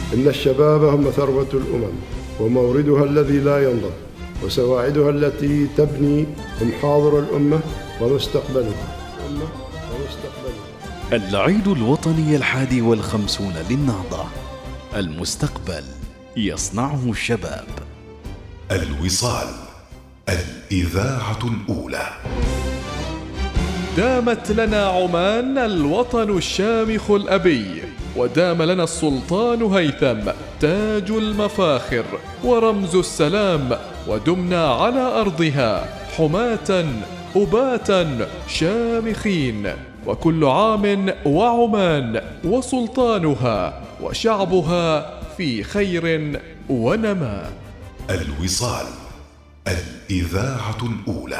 إن الشباب هم ثروة الأمم وموردها الذي لا ينضب، وسواعدها التي تبني هم حاضر الأمة ومستقبلها. العيد الوطني 51 للنهضة، المستقبل يصنعه الشباب. الوصال، الإذاعة الأولى. دامت لنا عمان الوطن الشامخ الأبي، ودام لنا السلطان هيثم تاج المفاخر ورمز السلام، ودمنا على أرضها حماة أباتا شامخين، وكل عام وعمان وسلطانها وشعبها في خير ونماء. الوصال، الإذاعة الأولى.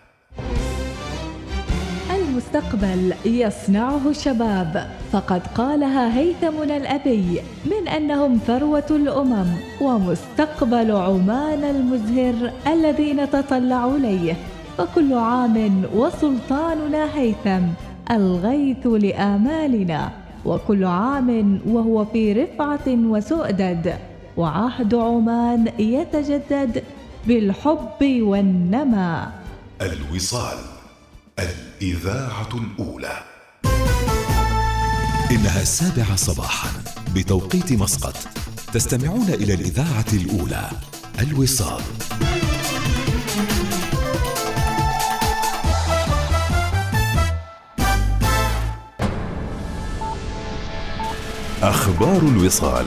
المستقبل يصنعه الشباب، فقد قالها هيثمنا الأبي من أنهم ثروة الأمم ومستقبل عمان المزهر الذي نتطلع إليه، فكل عام وسلطاننا هيثم الغيث لآمالنا، وكل عام وهو في رفعة وسؤدد، وعهد عمان يتجدد بالحب والنماء. الوصال، الإذاعة الأولى. إنها 7 صباحا بتوقيت مسقط. تستمعون إلى الإذاعة الأولى، الوصال. أخبار الوصال.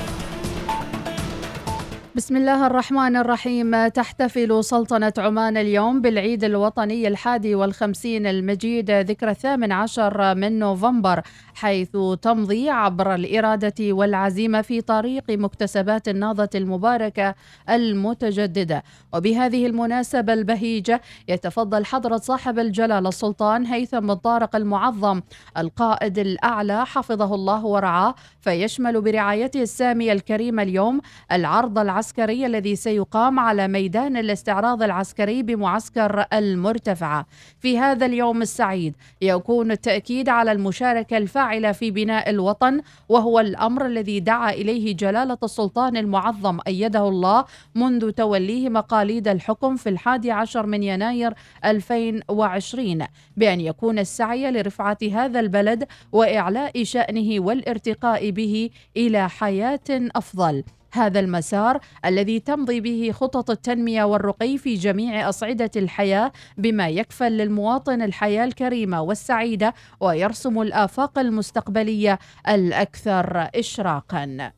بسم الله الرحمن الرحيم. تحتفل سلطنة عمان اليوم بالعيد الوطني 51 المجيد ذكرى 18 من نوفمبر، حيث تمضي عبر الإرادة والعزيمة في طريق مكتسبات النهضة المباركة المتجددة. وبهذه المناسبة البهيجة يتفضل حضرة صاحب الجلالة السلطان هيثم بن طارق المعظم القائد الأعلى حفظه الله ورعاه، فيشمل برعايته السامية الكريمة اليوم العرض العسكري الذي سيقام على ميدان الاستعراض العسكري بمعسكر المرتفعة. في هذا اليوم السعيد يكون التأكيد على المشاركة الفاعلة في بناء الوطن، وهو الأمر الذي دعا إليه جلالة السلطان المعظم أيده الله منذ توليه مقاليد الحكم في 11 من يناير 2020، بأن يكون السعي لرفعة هذا البلد وإعلاء شأنه والارتقاء به إلى حياة أفضل. هذا المسار الذي تمضي به خطط التنمية والرقي في جميع أصعدة الحياة، بما يكفل للمواطن الحياة الكريمة والسعيدة ويرسم الآفاق المستقبلية الأكثر إشراقاً.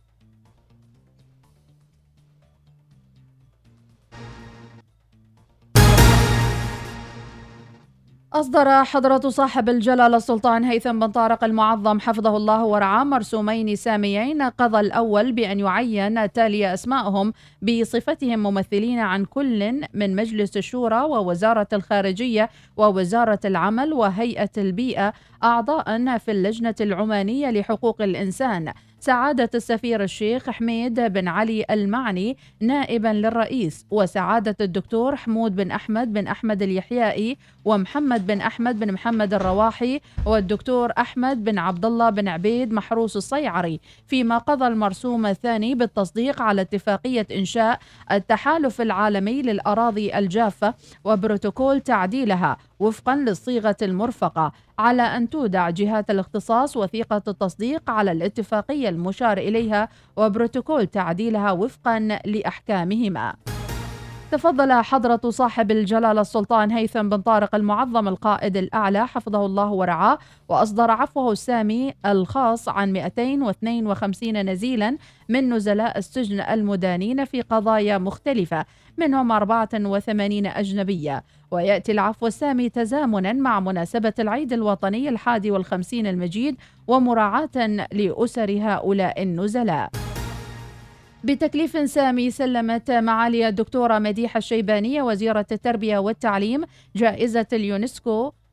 أصدر حضرة صاحب الجلالة السلطان هيثم بن طارق المعظم حفظه الله ورعاه مرسومين ساميين، قضى الأول بأن يعين تالي أسمائهم بصفتهم ممثلين عن كل من مجلس الشورى ووزارة الخارجية ووزارة العمل وهيئة البيئة أعضاء في اللجنة العمانية لحقوق الإنسان، سعادة السفير الشيخ حميد بن علي المعني نائبا للرئيس، وسعادة الدكتور حمود بن أحمد اليحيائي، ومحمد بن أحمد بن محمد الرواحي، والدكتور أحمد بن عبد الله بن عبيد محروس الصيعري. فيما قضى المرسوم الثاني بالتصديق على اتفاقية إنشاء التحالف العالمي للأراضي الجافة وبروتوكول تعديلها وفقا للصيغة المرفقة، على أن تودع جهات الاختصاص وثيقة التصديق على الاتفاقية المشار إليها وبروتوكول تعديلها وفقا لأحكامهما. تفضل حضرة صاحب الجلالة السلطان هيثم بن طارق المعظم القائد الأعلى حفظه الله ورعاه، وأصدر عفوه السامي الخاص عن 252 نزيلا من نزلاء السجن المدانين في قضايا مختلفة، منهم 84 أجنبية. ويأتي العفو السامي تزامنا مع مناسبة العيد الوطني 51 المجيد ومراعاة لأسر هؤلاء النزلاء. بتكليف سامي سلمت معالي الدكتورة مديحة الشيبانية وزيرة التربية والتعليم جائزة اليونسكو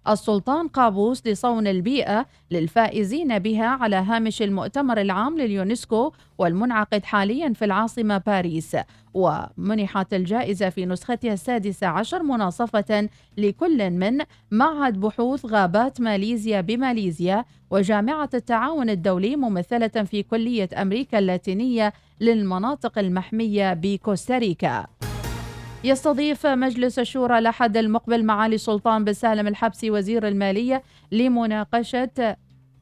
السلطان قابوس لصون البيئة للفائزين بها على هامش المؤتمر العام لليونسكو والمنعقد حاليا في العاصمة باريس، ومنحت الجائزة في نسختها 16 مناصفة لكل من معهد بحوث غابات ماليزيا بماليزيا وجامعة التعاون الدولي ممثلة في كلية أمريكا اللاتينية للمناطق المحمية بكوستاريكا. يستضيف مجلس الشورى الأحد المقبل معالي سلطان بن سالم الحبسي وزير المالية لمناقشة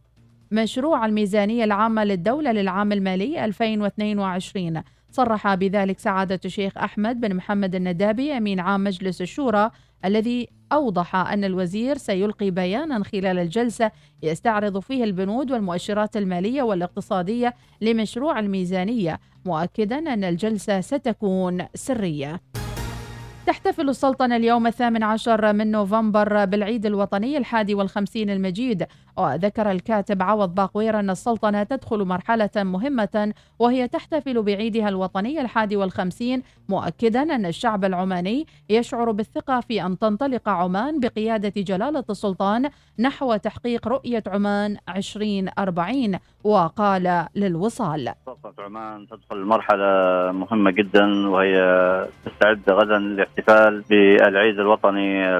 مشروع الميزانية العامة للدولة للعام المالي 2022. صرح بذلك سعادة الشيخ أحمد بن محمد الندابي أمين عام مجلس الشورى، الذي أوضح أن الوزير سيلقي بيانا خلال الجلسة يستعرض فيه البنود والمؤشرات المالية والاقتصادية لمشروع الميزانية، مؤكدا أن الجلسة ستكون سرية. تحتفل السلطنة اليوم 18 من نوفمبر بالعيد الوطني 51 المجيد، وذكر الكاتب عوض باقوير أن السلطنة تدخل مرحلة مهمة وهي تحتفل بعيدها الوطني 51، مؤكدا أن الشعب العماني يشعر بالثقة في أن تنطلق عمان بقيادة جلالة السلطان نحو تحقيق رؤية عمان 2040. وقال للوصال: سلطنة عمان تدخل مرحلة مهمة جدا وهي تستعد غدا للاحتفال بالعيد الوطني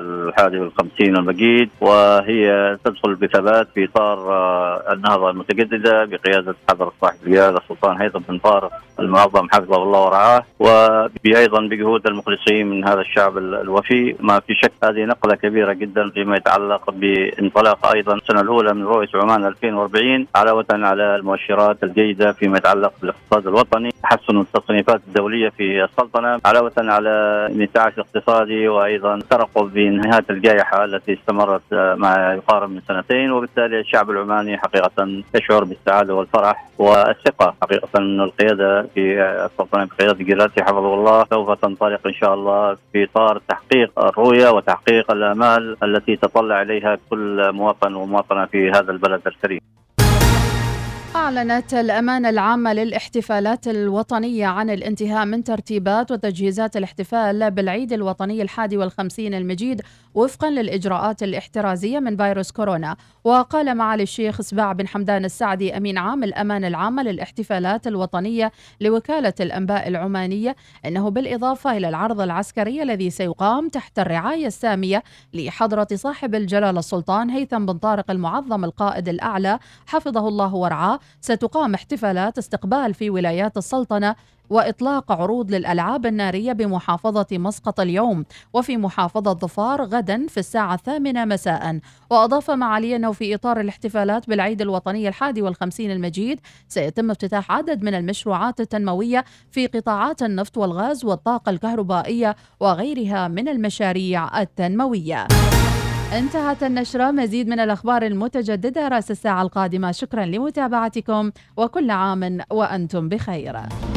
51 المجيد، وهي تدخل بثبات في إطار النهضة المتجددة بقيادة حضرة صاحب الجلالة السلطان هيثم بن طارق المعظم حفظه الله ورعاه، وأيضا بجهود المخلصين من هذا الشعب الوفي. ما في شك هذه نقلة كبيرة جدا فيما يتعلق بانطلاق أيضا السنة الأولى من رؤية عمان 2040، علاوة على المؤشرات الجيدة فيما يتعلق بالاقتصاد الوطني، تحسن التصنيفات الدولية في السلطنة، علاوة على الانتعاش الاقتصادي، وأيضا ترقب بنهاية الجائحة التي استمرت ما يقارب من سنتين. وبالتالي الشعب العماني حقيقة يشعر بالسعادة والفرح والثقة حقيقة أن القيادة في السلطنة بقيادة جلالته حفظه الله سوف تنطلق إن شاء الله في إطار تحقيق الرؤية وتحقيق الآمال التي تطلع إليها كل مواطن ومواطنة في هذا البلد الكريم. أعلنت الأمانة العامة للاحتفالات الوطنية عن الانتهاء من ترتيبات وتجهيزات الاحتفال بالعيد الوطني 51 المجيد وفقا للإجراءات الاحترازية من فيروس كورونا. وقال معالي الشيخ سباع بن حمدان السعدي أمين عام الأمانة العامة للاحتفالات الوطنية لوكالة الأنباء العمانية أنه بالإضافة إلى العرض العسكري الذي سيقام تحت الرعاية السامية لحضرة صاحب الجلالة السلطان هيثم بن طارق المعظم القائد الأعلى حفظه الله ورعاه، ستقام احتفالات استقبال في ولايات السلطنة وإطلاق عروض للألعاب النارية بمحافظة مسقط اليوم، وفي محافظة ظفار غدا في الساعة 8 مساء. وأضاف معالي أنه في إطار الاحتفالات بالعيد الوطني 51 المجيد سيتم افتتاح عدد من المشروعات التنموية في قطاعات النفط والغاز والطاقة الكهربائية وغيرها من المشاريع التنموية. انتهت النشرة. مزيد من الأخبار المتجددة رأس الساعة القادمة. شكرا لمتابعتكم وكل عام وأنتم بخير.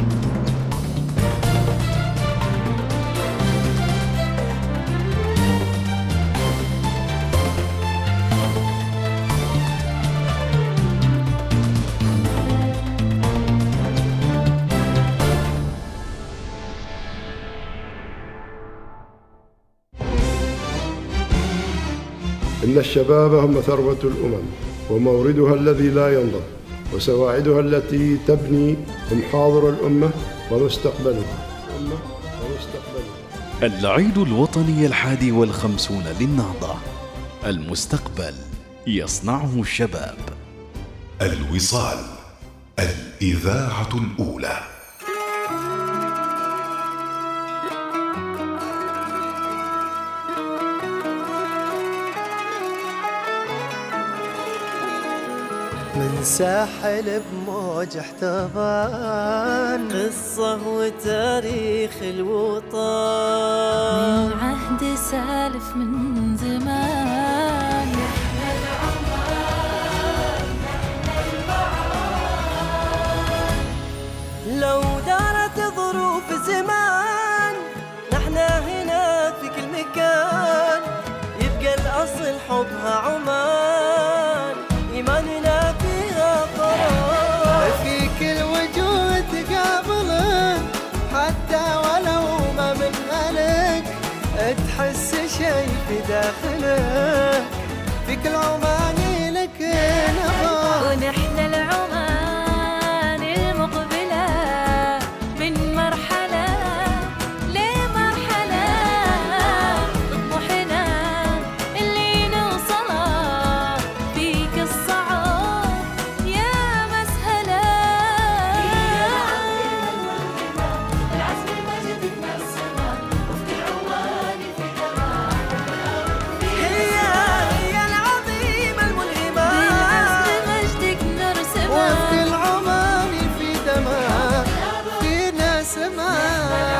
إن الشباب هم ثروة الأمم وموردها الذي لا ينضب، وسواعدها التي تبني هم حاضر الأمة ومستقبلها. العيد الوطني 51 للنهضة، المستقبل يصنعه الشباب. الوصال، الإذاعة الأولى. من ساحل بموج احتضان قصة وتاريخ الوطن، من عهد سالف من زمان، لو دارت ظروف زمان نحنا هنا في كل مكان، يبقى الأصل حبها عمان، إيماننا فيها قرار، في كل وجود تقابلك حتى ولو ما من أهلك، تحس شي في داخلك وفي العمان لك نظر. ونحن العمان المقبلة من مرحلة لمرحلة، طموحنا اللي نوصله فيك الصعب يا مسهلة. العزم المجد من السماء وفي العمان في دماء. هي العظيمة الملهمة بالعزم مجدك نرسمها وفي العمان في دماء فينا سماء.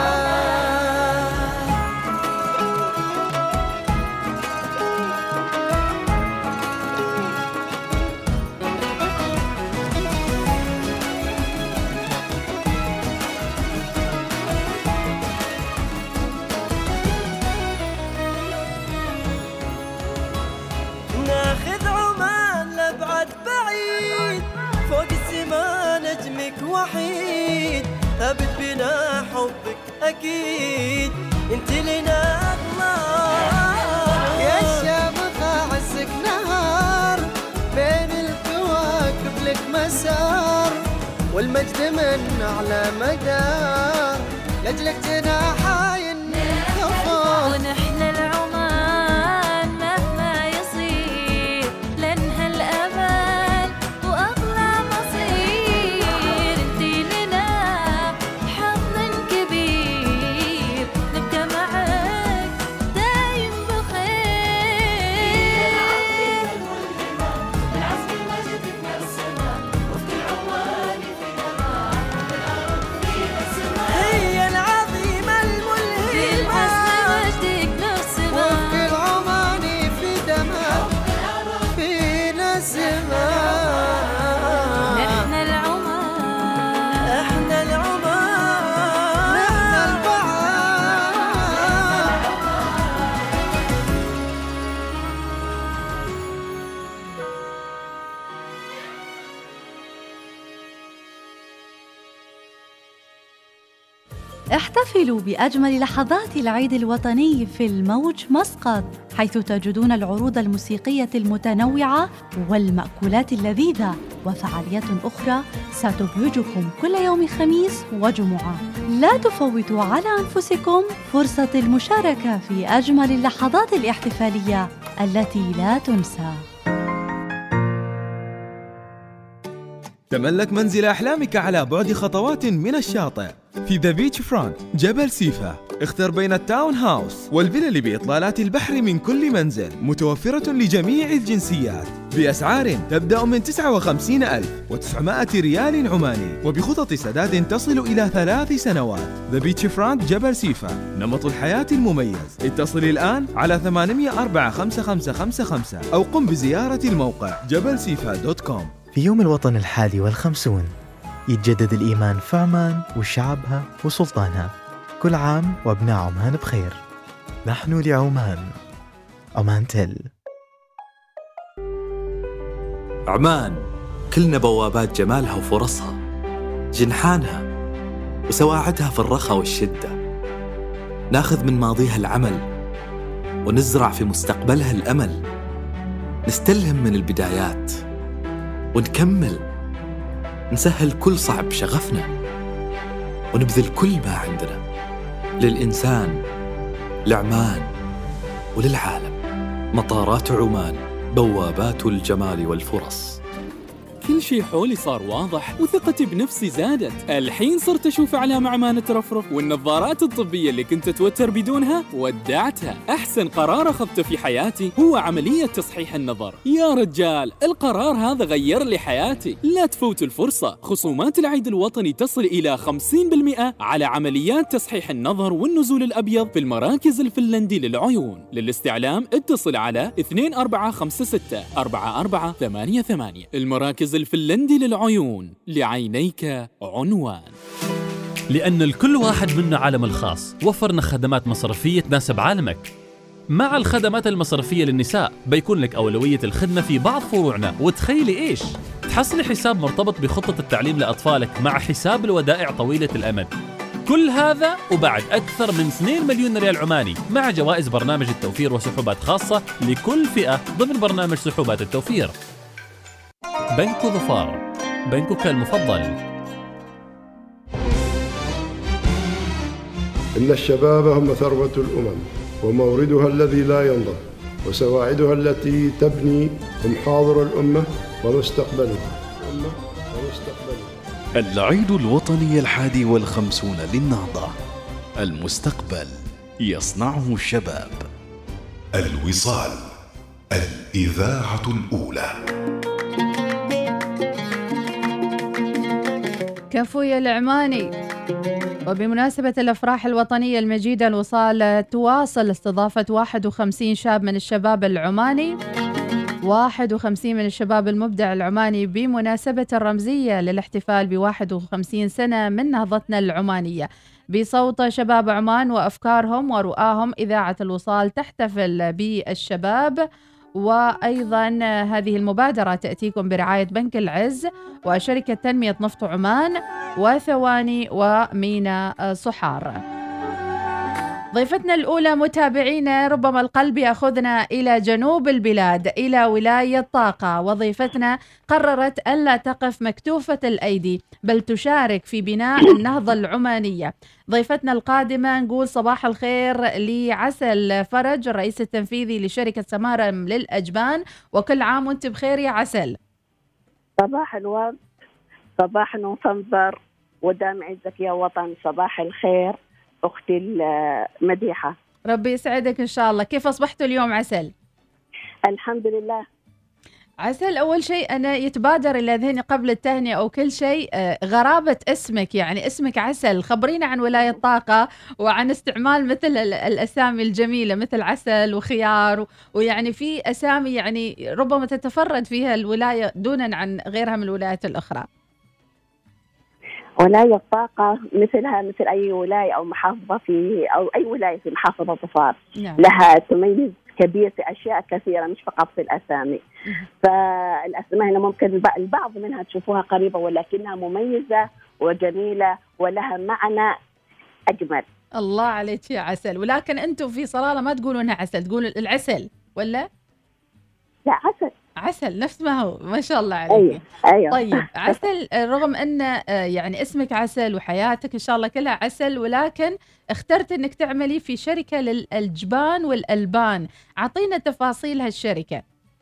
ناخذ عمان لبعد بعيد، فوق السما نجمك وحيد، ثابت بنا حبك أكيد، انت لنا أغلى. يا الشامخة عزك نهار، بين الكواكب لك مسار، والمجد من أعلى مدار، لأجلك جناحاي النخفى. ونحن العمان مهما يصير لنها الأمل وأغلى مصير، انتي لنا حظ كبير، نبقى معك دايم بخير. بالعزم المجد من السماء وفي العمان في دماء. هي العظيمة الملهمة بالعزم مجدك نرسمها وفي العمان في دماء فينا سماء. نحن العمان احنا العمان نحن البعاد. احتفلوا بأجمل لحظات العيد الوطني في الموج مسقط، حيث تجدون العروض الموسيقية المتنوعة والمأكولات اللذيذة وفعاليات أخرى ستبهجكم كل يوم خميس وجمعة. لا تفوتوا على أنفسكم فرصة المشاركة في أجمل اللحظات الاحتفالية التي لا تنسى. تملك منزل أحلامك على بعد خطوات من الشاطئ في ذا بيتش فرونت جبل سيفا. اختر بين التاون هاوس والفيلا بإطلالات البحر من كل منزل، متوفرة لجميع الجنسيات بأسعار تبدأ من 59,900 ريال عماني، وبخطط سداد تصل إلى 3 سنوات. ذا بيتش فرونت جبل سيفا، نمط الحياة المميز. اتصل الآن على 804-5555 أو قم بزيارة الموقع جبلسيفا.com. في يوم الوطن 51 يتجدد الإيمان في عمان وشعبها وسلطانها. كل عام وابناء عمان بخير. نحن لعمان. عمان تل. عمان كلنا بوابات جمالها وفرصها، جنحانها وسواعدها في الرخاء والشدة. ناخذ من ماضيها العمل ونزرع في مستقبلها الأمل، نستلهم من البدايات ونكمل، نسهل كل صعب شغفنا ونبذل كل ما عندنا للإنسان، لعمان وللعالم. مطارات عمان، بوابات الجمال والفرص. كل شي حولي صار واضح وثقتي بنفسي زادت. الحين صرت أشوف أعلام عمان ترفرف، والنظارات الطبية اللي كنت أتوتر بدونها ودعتها. أحسن قرار أخذته في حياتي هو عملية تصحيح النظر. يا رجال القرار هذا غير لي حياتي. لا تفوتوا الفرصة، خصومات العيد الوطني تصل إلى 50% على عمليات تصحيح النظر والنزول الأبيض في المراكز الفنلندي للعيون. للاستعلام اتصل على 2456-4488. المراكز الفنلندي للعيون، لعينيك عنوان. لأن الكل واحد منا عالم الخاص، وفرنا خدمات مصرفية تناسب عالمك. مع الخدمات المصرفية للنساء بيكون لك أولوية الخدمة في بعض فروعنا. وتخيلي إيش؟ تحصلي حساب مرتبط بخطة التعليم لأطفالك مع حساب الودائع طويلة الأمد. كل هذا وبعد أكثر من 2 مليون ريال عماني مع جوائز برنامج التوفير وسحوبات خاصة لكل فئة ضمن برنامج سحوبات التوفير. بنك ظفار، بنكك المفضل. إن الشباب هم ثروة الأمم وموردها الذي لا ينضب، وسواعدها التي تبني هم حاضر الأمة ومستقبلها. العيد الوطني 51 للنهضة، المستقبل يصنعه الشباب. الوصال، الإذاعة الأولى. كفو يا العماني. وبمناسبة الأفراح الوطنية المجيدة، الوصال تواصل استضافة 51 شاب من الشباب العماني، 51 من الشباب المبدع العماني، بمناسبة الرمزية للاحتفال ب51 سنة من نهضتنا العمانية. بصوت شباب عمان وأفكارهم ورؤاهم، إذاعة الوصال تحتفل بالشباب. وأيضا هذه المبادرة تأتيكم برعاية بنك العز وشركة تنمية نفط عمان وثواني ومينا صحار. ضيفتنا الأولى متابعينا، ربما القلب يأخذنا إلى جنوب البلاد، إلى ولاية طاقة، وضيفتنا قررت ألا تقف مكتوفة الأيدي بل تشارك في بناء النهضة العمانية. ضيفتنا القادمة نقول صباح الخير لعسل فرج، الرئيس التنفيذي لشركة سمارم للأجبان، وكل عام وانت بخير يا عسل. صباح الورد، صباح نوفمبر، ودام عزك يا وطن. صباح الخير أختي المديحة، ربي يسعدك إن شاء الله. كيف أصبحتوا اليوم عسل؟ الحمد لله. عسل، أول شيء أنا يتبادر إلى ذهني قبل التهنئة أو كل شيء غرابة اسمك، يعني اسمك عسل. خبرينا عن ولاية طاقة وعن استعمال مثل الأسامي الجميلة مثل عسل وخيار، ويعني في أسامي يعني ربما تتفرد فيها الولاية دونا عن غيرها من الولايات الأخرى. ولاية طاقة مثلها مثل أي ولاية أو محافظة أو أي ولاية في محافظة ظفار، نعم. لها تميز كبير في أشياء كثيرة مش فقط في الأسامي. فالأسماء هنا ممكن البعض منها تشوفوها قريبة ولكنها مميزة وجميلة ولها معنى أجمل. الله عليك يا عسل. ولكن أنتم في صلالة ما تقولونها عسل، تقولوا العسل ولا؟ لا، عسل. عسل نفس ما هو، ما شاء الله عليك. أيوة. طيب عسل، رغم أن يعني اسمك عسل وحياتك إن شاء الله كلها عسل، ولكن اخترت أنك تعملي في شركة للأجبان والألبان. أعطينا تفاصيل هالشركة.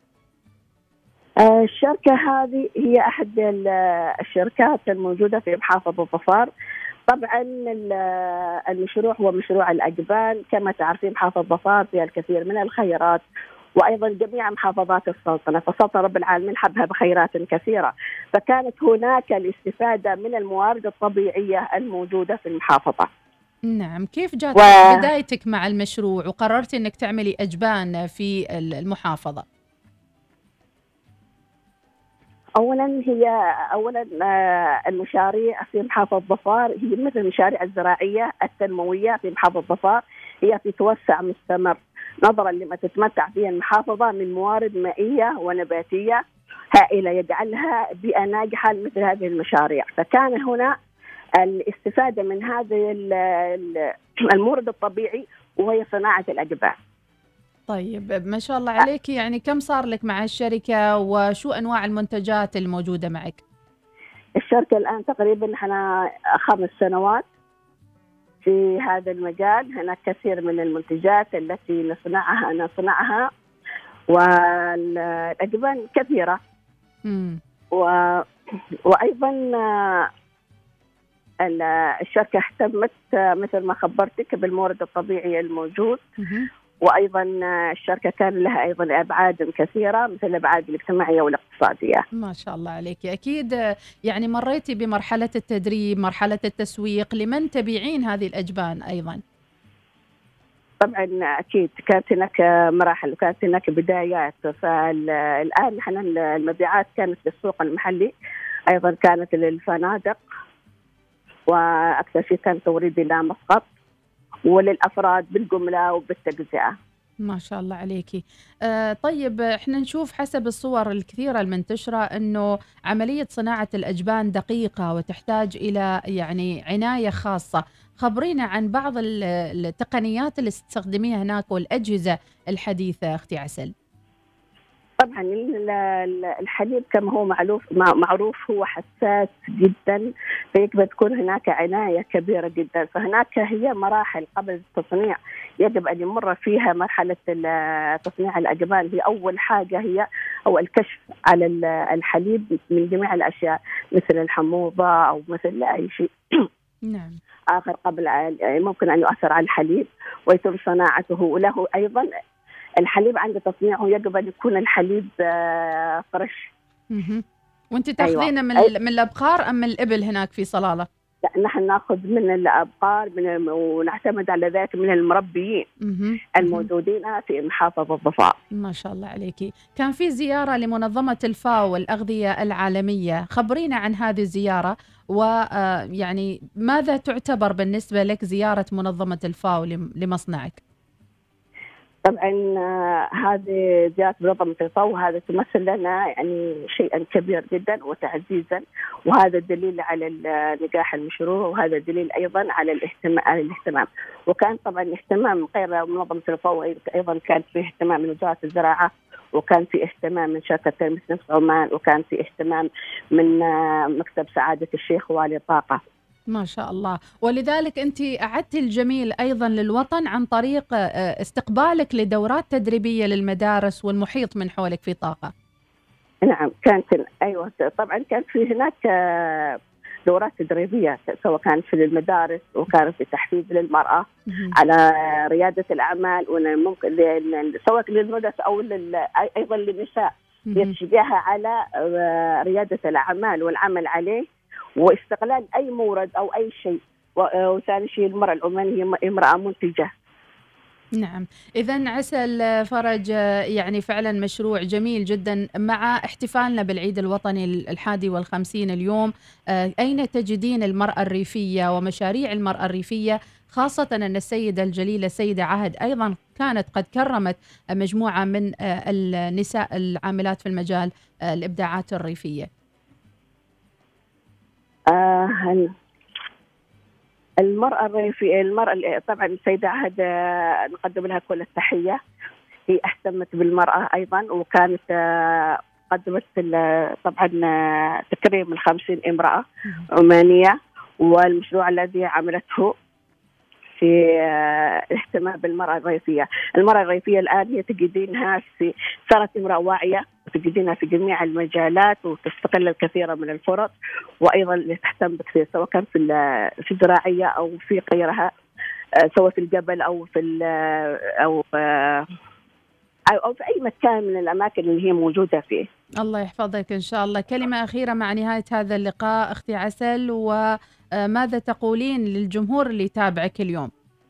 الشركة هذه هي أحد الشركات الموجودة في محافظة ظفار. طبعا المشروع هو مشروع الأجبان. كما تعرفين محافظة ظفار فيها الكثير من الخيرات، وأيضا جميع محافظات السلطنة، فالسلطنة رب العالمين حبها بخيرات كثيرة، فكانت هناك الاستفادة من الموارد الطبيعية الموجودة في المحافظة. نعم. كيف جات بدايتك مع المشروع وقررتي أنك تعملي أجبان في المحافظة؟ أولا المشاريع في محافظة ظفار هي مثل المشاريع الزراعية التنموية في محافظة ظفار، هي في توسع مستمر نظرا لما تتمتع فيها المحافظة من موارد مائية ونباتية هائلة يجعلها بيئة ناجحة لمثل هذه المشاريع. فكان هنا الاستفادة من هذا المورد الطبيعي وهي صناعة الأجبان. طيب ما شاء الله عليك، يعني كم صار لك مع الشركة وشو أنواع المنتجات الموجودة معك؟ الشركة الآن تقريبا احنا 5 سنوات في هذا المجال. هناك كثير من المنتجات التي نصنعها والأجبان كثيرة. وأيضا الشركة اهتمت مثل ما خبرتك بالمورد الطبيعي الموجود، وأيضا الشركة كان لها أيضا أبعاد كثيرة مثل الأبعاد الاجتماعية والاقتصادية. ما شاء الله عليك. أكيد يعني مريتي بمرحلة التدريب، مرحلة التسويق لمن تبيعين هذه الأجبان أيضا. طبعا أكيد كانت هناك مراحل وكانت هناك بدايات. فالآن نحن المبيعات كانت للسوق المحلي، أيضا كانت للفنادق، وأكثر شيء كان توريد إلى مسقط، وللأفراد بالجملة وبالتجزئة. ما شاء الله عليكي. طيب احنا نشوف حسب الصور الكثيرة المنتشرة انه عملية صناعة الأجبان دقيقة وتحتاج إلى يعني عناية خاصة. خبرينا عن بعض التقنيات اللي تستخدميها هناك والأجهزة الحديثة أختي عسل. طبعا الحليب كما هو معروف هو حساس جدا، فيجب تكون هناك عناية كبيرة جدا. فهناك هي مراحل قبل التصنيع يجب أن يمر فيها مرحلة تصنيع الأجبان. هي أول حاجة هي أو الكشف على الحليب من جميع الأشياء مثل الحموضة أو مثل أي شيء نعم آخر قبل ممكن أن يؤثر على الحليب ويتم صناعته. وله أيضا الحليب عند تصنيعه يجب أن يكون الحليب فريش. وانت تاخذينه من الأبقار أم من الإبل هناك في صلالة؟ لا، نحن ناخذ من الأبقار ونعتمد على ذلك من المربيين الموجودين في محافظة ظفار. ما شاء الله عليكي. كان في زيارة لمنظمة الفاو والأغذية العالمية، خبرينا عن هذه الزيارة ويعني ماذا تعتبر بالنسبة لك زيارة منظمة الفاو لمصنعك؟ طبعا هذه زيارة منظمة الفاو هذا تمثل لنا يعني شيئا كبير جدا وتعزيزا، وهذا دليل على نجاح المشروع، وهذا دليل أيضا على الاهتمام. وكان طبعا اهتمام غير منظمة الفاو، أيضا كان فيه اهتمام من وزارة الزراعة، وكان في اهتمام من شركة تلمس نفس عمان، وكان في اهتمام من مكتب سعادة الشيخ والي طاقة. ما شاء الله. ولذلك أنت أعدت الجميل أيضا للوطن عن طريق استقبالك لدورات تدريبية للمدارس والمحيط من حولك في طاقة. نعم كانت أيوة طبعا كان في هناك دورات تدريبية سواء كان في المدارس وكان في تحفيز للمرأة على ريادة الأعمال، وممكن سواء للمدرسة أو أيضا للنساء يتشجعها على ريادة الأعمال والعمل عليه واستغلال أي مورد أو أي شيء. وثاني شيء المرأة العمانية هي امرأة منتجة. نعم. إذن عسل فرج يعني فعلا مشروع جميل جدا. مع احتفالنا بالعيد الوطني 51 اليوم، أين تجدين المرأة الريفية ومشاريع المرأة الريفية، خاصة أن السيدة الجليلة السيدة عهد أيضا كانت قد كرمت مجموعة من النساء العاملات في المجال الإبداعات الريفية؟ المرأة الريفية، طبعا السيدة عهد نقدم لها كل التحية. هي اهتمت بالمرأة أيضا، وكانت قدمت طبعا تكريم 50 امرأة عمانية، والمشروع الذي عملته في الاهتمام بالمرأة الريفية. المرأة الريفية الآن هي تجدينها صارت امرأة واعية وتجدينها في جميع المجالات وتستقل الكثير من الفرص، وأيضا تهتم بكثير سواء كان في الزراعية أو في غيرها، سواء في الجبل أو أو في أي مكان من الأماكن اللي هي موجودة فيه. الله يحفظك إن شاء الله. كلمة أخيرة مع نهاية هذا اللقاء أختي عسل، وماذا تقولين للجمهور اللي يتابعك اليوم؟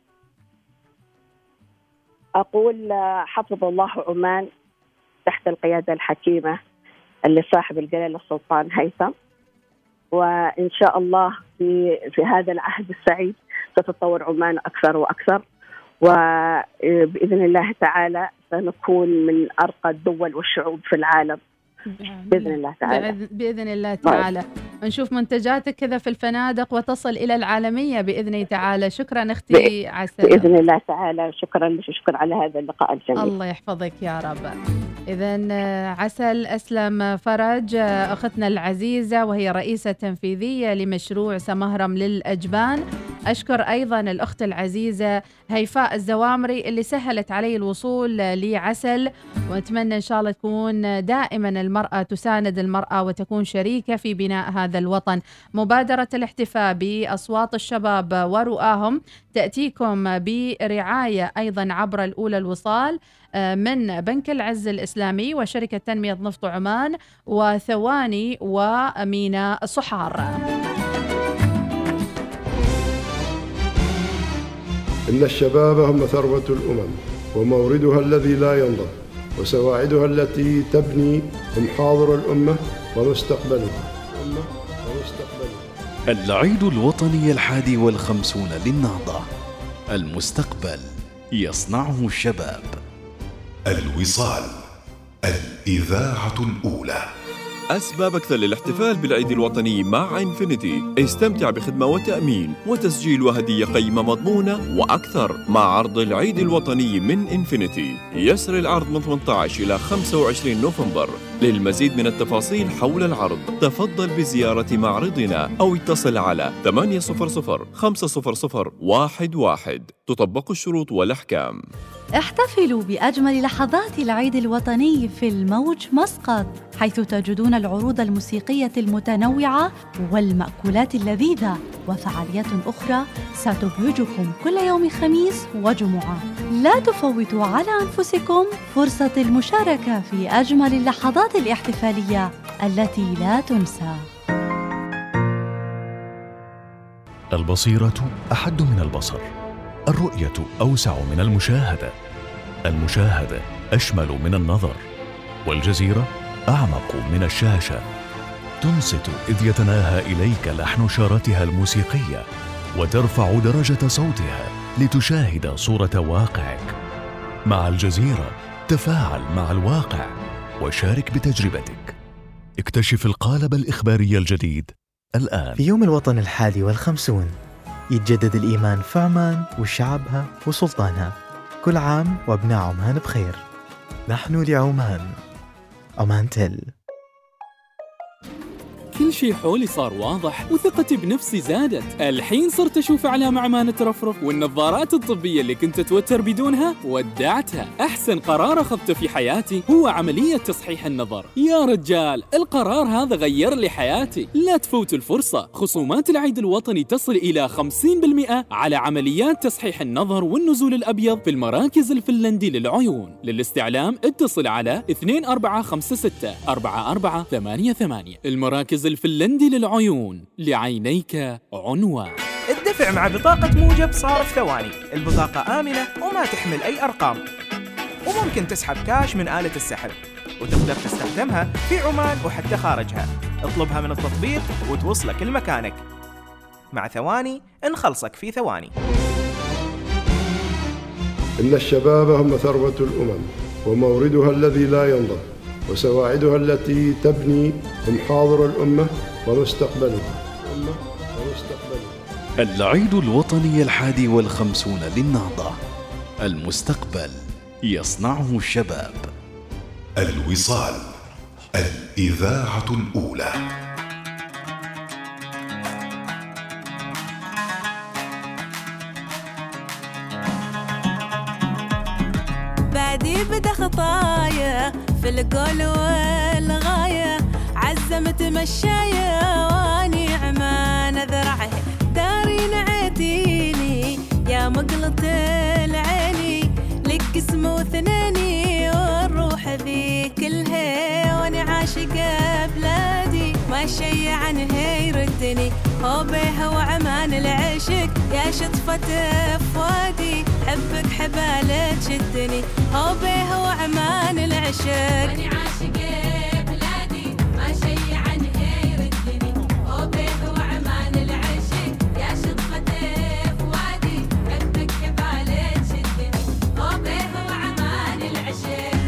أقول حفظ الله عمان تحت القيادة الحكيمة لصاحب الجلالة السلطان هيثم، وإن شاء الله في هذا العهد السعيد ستتطور عمان أكثر وأكثر، وبإذن الله تعالى سنكون من أرقى الدول والشعوب في العالم بإذن الله تعالى. بإذن الله تعالى نشوف منتجاتك كذا في الفنادق وتصل إلى العالمية بإذن الله تعالى. شكرا أختي عسل. بإذن الله تعالى. شكرا على هذا اللقاء الجميل. الله يحفظك يا رب. إذن عسل أسلم فرج أختنا العزيزة، وهي رئيسة تنفيذية لمشروع سمهرم للأجبان. أشكر أيضا الأخت العزيزة هيفاء الزوامري اللي سهلت علي الوصول لعسل، وأتمنى إن شاء الله تكون دائما المرأة تساند المرأة وتكون شريكة في بناء هذا الوطن. مبادرة الاحتفاء بأصوات الشباب ورؤاهم تأتيكم برعاية أيضا عبر الأولى الوصال من بنك العز الإسلامي وشركة تنمية نفط عمان وثواني وميناء صحار. إن الشباب هم ثروة الأمم وموردها الذي لا ينضب، وسواعدها التي تبني هم حاضر الأمة ومستقبلها. العيد الوطني 51 للنهضة، المستقبل يصنعه الشباب. الوصال، الإذاعة الأولى. أسباب أكثر للاحتفال بالعيد الوطني مع إنفينيتي. استمتع بخدمة وتأمين وتسجيل وهدية قيمة مضمونة وأكثر مع عرض العيد الوطني من إنفينيتي. يسري العرض من 18 إلى 25 نوفمبر. للمزيد من التفاصيل حول العرض تفضل بزيارة معرضنا أو اتصل على 800 500 11. تطبق الشروط والأحكام. احتفلوا بأجمل لحظات العيد الوطني في الموج مسقط، حيث تجدون العروض الموسيقية المتنوعة والمأكولات اللذيذة وفعاليات أخرى ستبهجكم كل يوم خميس وجمعة. لا تفوتوا على أنفسكم فرصة المشاركة في أجمل اللحظات الاحتفالية التي لا تنسى. البصيرة أحد من البصر، الرؤية أوسع من المشاهدة، المشاهدة أشمل من النظر، والجزيرة أعمق من الشاشة. تنصت إذ يتناهى إليك لحن شارتها الموسيقية وترفع درجة صوتها لتشاهد صورة واقعك. مع الجزيرة تفاعل مع الواقع وشارك بتجربتك. اكتشف القالب الإخباري الجديد الآن. في يوم الوطن 51 يتجدد الإيمان في عمان وشعبها وسلطانها. كل عام وأبناء عمان بخير. نحن لعمان. عمان تل. كل شي حولي صار واضح وثقتي بنفسي زادت. الحين صرت أشوف أعلام عمان ترفرف، والنظارات الطبية اللي كنت أتوتر بدونها ودعتها. أحسن قرار أخذته في حياتي هو عملية تصحيح النظر. يا رجال، القرار هذا غير لي حياتي. لا تفوتوا الفرصة. خصومات العيد الوطني تصل إلى 50% على عمليات تصحيح النظر والنزول الأبيض في المراكز الفنلندي للعيون. للاستعلام اتصل على 2456 4488. المراكز الفنلندي للعيون، لعينيك عنوان. الدفع مع بطاقة موجب صار في ثواني. البطاقة آمنة وما تحمل أي أرقام، وممكن تسحب كاش من آلة السحب، وتقدر تستخدمها في عمان وحتى خارجها. اطلبها من التطبيق وتوصلك لمكانك. مع ثواني نخلصك في ثواني. إن الشباب هم ثروة الأمم وموردها الذي لا ينضب، وسواعدها التي تبني هم حاضر الأمة ومستقبلها. العيد الوطني 51 للنهضة. المستقبل يصنعه الشباب. الوصال، الإذاعة الأولى. بعدي بدا خطايا في القول والغاية، عزمت مشايا واني عمان ذرعه. داري نعتيني يا مقلة العيني، لك اسم وثناني والروح ذي كلها. واني عاشقة بلادي ما شي عنها يردني. هو بيها وعمان العشق يا شطفة فؤادي، حبك حبالة تشدني. هو بيها وعمان العشق واني عاشقة بلادي ما شي عنها يردني. هو بيها وعمان العشق يا شطفة فؤادي، حبك حبالة تشدني. هو بيها وعمان العشق.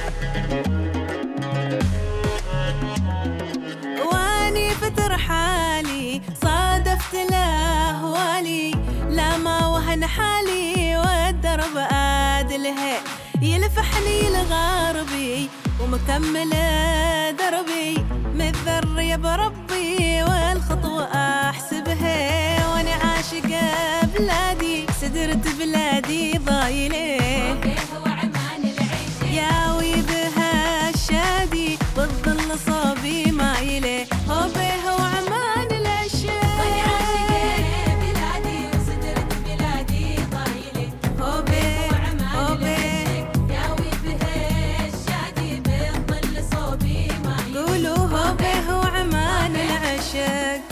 واني فتر حالي صادفت الاهوالي، لا ما وهن حالي والدرب ادلها. يلفحني لغربي ومكمل دربي، متذر يا بربي والخطوة احسبها. وانا عاشقة بلادي سدرت بلادي ضايله. يا ويبها الشادي بالظل صوبي مايله. هو بيها وعمان العشق وانا عاشقة بلادي وسدرت بلادي ضايله. هو بيها وعمان العشق يا ويبها الشادي بالظل صوبي مايله. قولوا هو بيها وعمان العشق.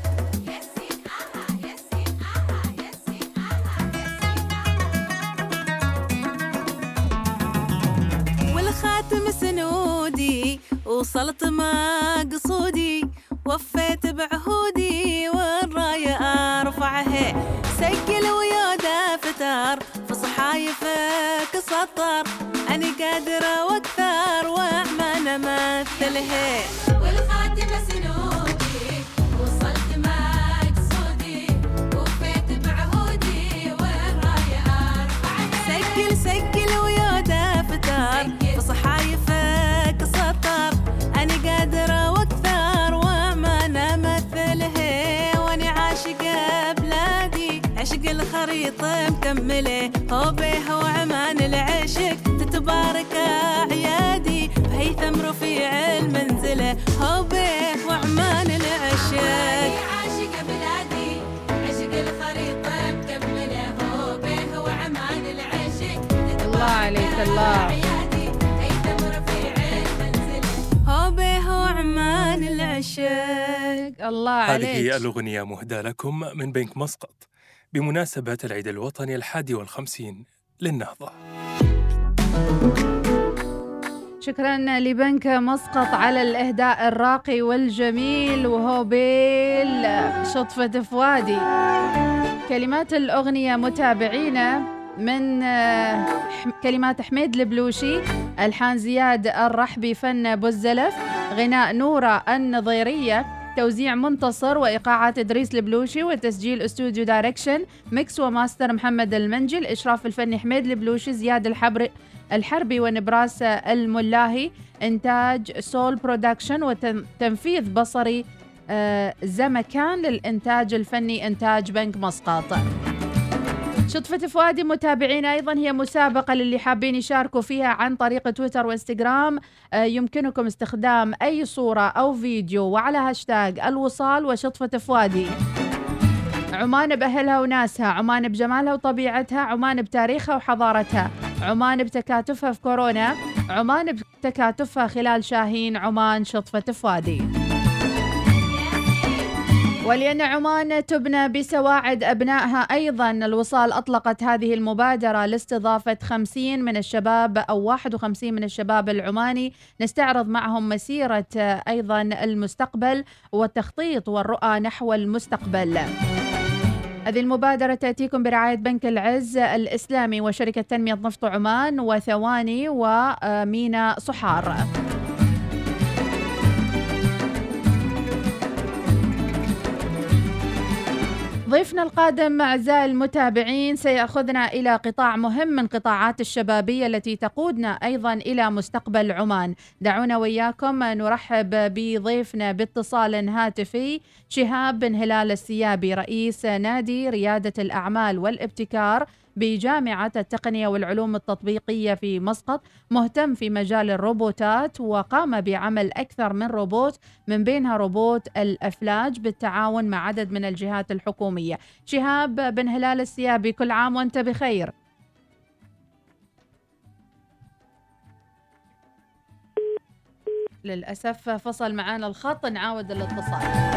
والخاتم سنودي وصلت ما قصودي، وفيت بعهودي والراية ارفعها. سجل ويا دفتر في صحايفك سطر، أنا قادرة وأكثر وأعمى أمثلها. والخاتمة سنودي وصلت مقصودي وفيت بعهودي والراية أرفعها. سجل ويا دفتر بصحايفك سطر. أنا قادرة وأكثر وأعمى أمثلها. وأنا عاشقة بلادي عشق الخريطة مكملة. هو بيه وعمان العشق تتبارك أعيادي بهيثم رفيع المنزلة. هو بيه وعمان العشق عاشق بلادي عشق الخريطة مكملة. هو بيه وعمان العشق الله عليك الله. هيثم رفيع المنزلة. هو بيه وعمان العشق. الله عليك. هذه الأغنية مهداة لكم من بنك مسقط بمناسبة العيد الوطني 51 للنهضة. شكرا لبنك مسقط على الإهداء الراقي والجميل. وهو بيل شطفة فؤادي. كلمات الأغنية متابعينا من كلمات حميد البلوشي، ألحان زياد الرحبي، فن بوزلف، غناء نورة النظيرية، توزيع منتصر، وإيقاعات إدريس البلوشي، وتسجيل استوديو دايركشن ميكس وماستر محمد المنجي، الإشراف الفني حميد البلوشي، زياد الحربي ونبراس الملاهي، إنتاج سول برودكشن، وتنفيذ بصري زمكان، للإنتاج الفني إنتاج بنك مسقط. شطفة فؤادي متابعين أيضا هي مسابقة للي حابين يشاركوا فيها عن طريق تويتر وإنستغرام. يمكنكم استخدام أي صورة أو فيديو وعلى هاشتاج الوصال وشطفة فؤادي. عمان بأهلها وناسها، عمان بجمالها وطبيعتها، عمان بتاريخها وحضارتها، عمان بتكاتفها في كورونا، عمان بتكاتفها خلال شاهين، عمان شطفة فؤادي. ولأن عمان تبنى بسواعد أبنائها أيضا، الوصال أطلقت هذه المبادرة لاستضافة 50 من الشباب أو 51 من الشباب العماني، نستعرض معهم مسيرة أيضا المستقبل والتخطيط والرؤى نحو المستقبل. هذه المبادرة تأتيكم برعاية بنك العز الإسلامي وشركة تنمية نفط عمان وثواني ومينا صحار. ضيفنا القادم أعزائي المتابعين سيأخذنا إلى قطاع مهم من قطاعات الشبابية التي تقودنا أيضا إلى مستقبل عمان. دعونا وياكم نرحب بضيفنا باتصال هاتفي شهاب بن هلال السيابي، رئيس نادي ريادة الأعمال والابتكار بجامعة التقنية والعلوم التطبيقية في مسقط، مهتم في مجال الروبوتات وقام بعمل أكثر من روبوت من بينها روبوت الأفلاج بالتعاون مع عدد من الجهات الحكومية. شهاب بن هلال السيابي، كل عام وانت بخير. للأسف فصل معنا الخط، نعاود الاتصال.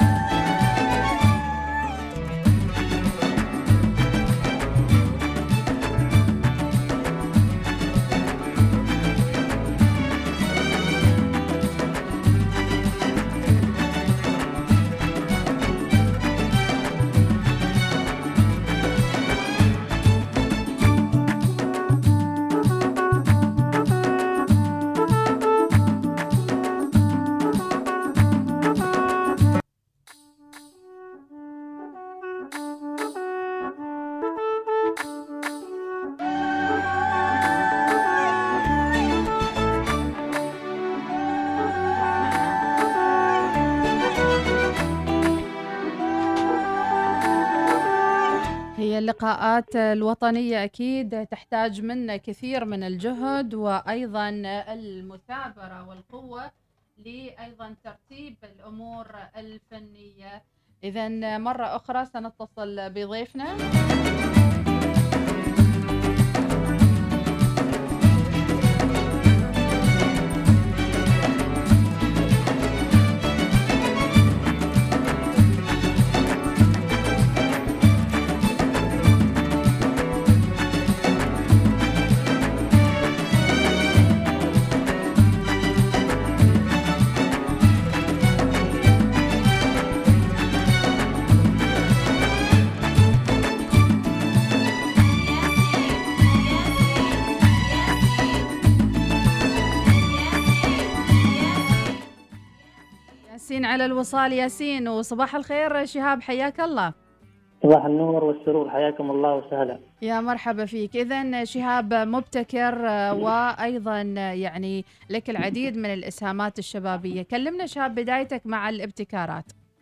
اللقاءات الوطنية أكيد تحتاج منا كثير من الجهد وأيضا المثابرة والقوة لأيضا ترتيب الأمور الفنية. إذن مرة أخرى سنتصل بضيفنا. على الوصال ياسين، وصباح الخير شهاب، حياك الله. صباح النور والسرور، حياكم الله وسهلا. يا مرحبا فيك. إذن شهاب مبتكر وأيضا يعني لك العديد من الإسهامات الشبابية. كلمنا شهاب بدايتك مع الابتكارات.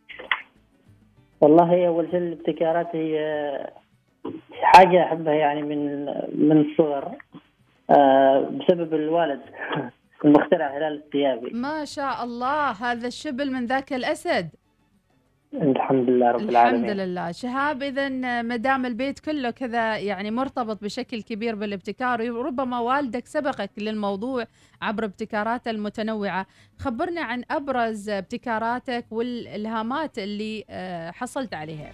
والله أول شيء الابتكارات هي حاجة أحبها يعني من الصغر، بسبب الوالد المخترع هلال الثيابي. ما شاء الله، هذا الشبل من ذاك الأسد. الحمد لله رب العالمين. الحمد لله. شهاب، إذن مدام البيت كله كذا يعني مرتبط بشكل كبير بالابتكار، وربما والدك سبقك للموضوع عبر ابتكاراته المتنوعة، خبرنا عن أبرز ابتكاراتك والإلهامات اللي حصلت عليها.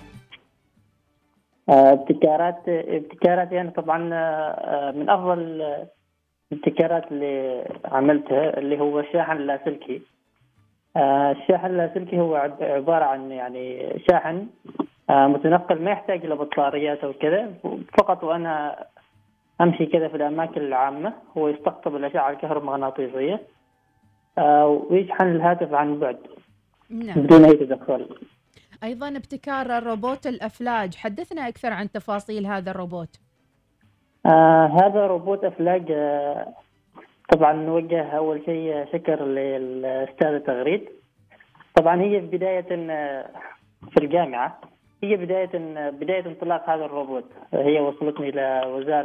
ابتكارات يعني طبعا من أفضل الابتكارات اللي عملتها اللي هو الشاحن اللاسلكي. الشاحن اللاسلكي هو عبارة عن يعني شاحن متنقل، ما يحتاج إلى بطاريات أو كذا، فقط وأنا أمشي كذا في الأماكن العامة هو يستقطب الأشعة الكهرومغناطيسية ويشحن الهاتف عن بعد. نعم. بدون أي تدخل. أيضا ابتكار الروبوت الأفلاج، حدثنا أكثر عن تفاصيل هذا الروبوت. هذا روبوت أفلاج. طبعا نوجه أول شيء شكر للأستاذة تغريد. طبعا هي بداية في الجامعة، هي بداية انطلاق هذا الروبوت. هي وصلتني إلى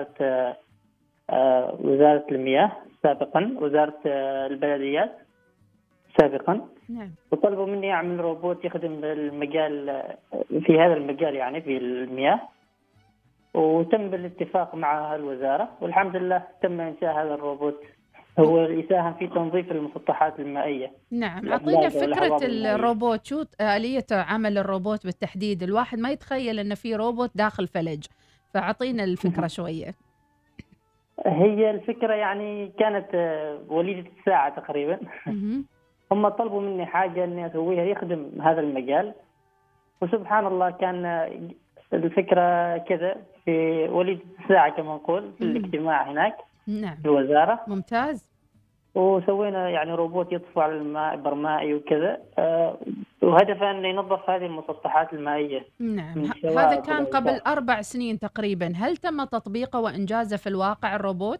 وزارة المياه سابقا، وزارة البلديات سابقا. نعم. وطلبوا مني أعمل روبوت يخدم المجال، في هذا المجال يعني في المياه، وتم بالاتفاق مع الوزارة، والحمد لله تم إنشاء هذا الروبوت. هو يساهم في تنظيف المسطحات المائية. نعم. أعطينا فكرة الروبوت، شو آلية عمل الروبوت بالتحديد؟ الواحد ما يتخيل أن في روبوت داخل فلج، فأعطينا الفكرة شوية. هي الفكرة يعني كانت وليدة الساعة تقريبا. هم طلبوا مني حاجة أني أسويها يخدم هذا المجال، وسبحان الله كان الفكرة كذا في وليدة الساعة كما نقول في الاجتماع هناك. نعم. في الوزارة. ممتاز. وسوينا يعني روبوت يطفو على الماء برمائي وكذا، وهدفه أنه ينظف هذه المسطحات المائية. نعم. هذا كان قبل 4 سنين تقريبا. هل تم تطبيقه وإنجازه في الواقع الروبوت؟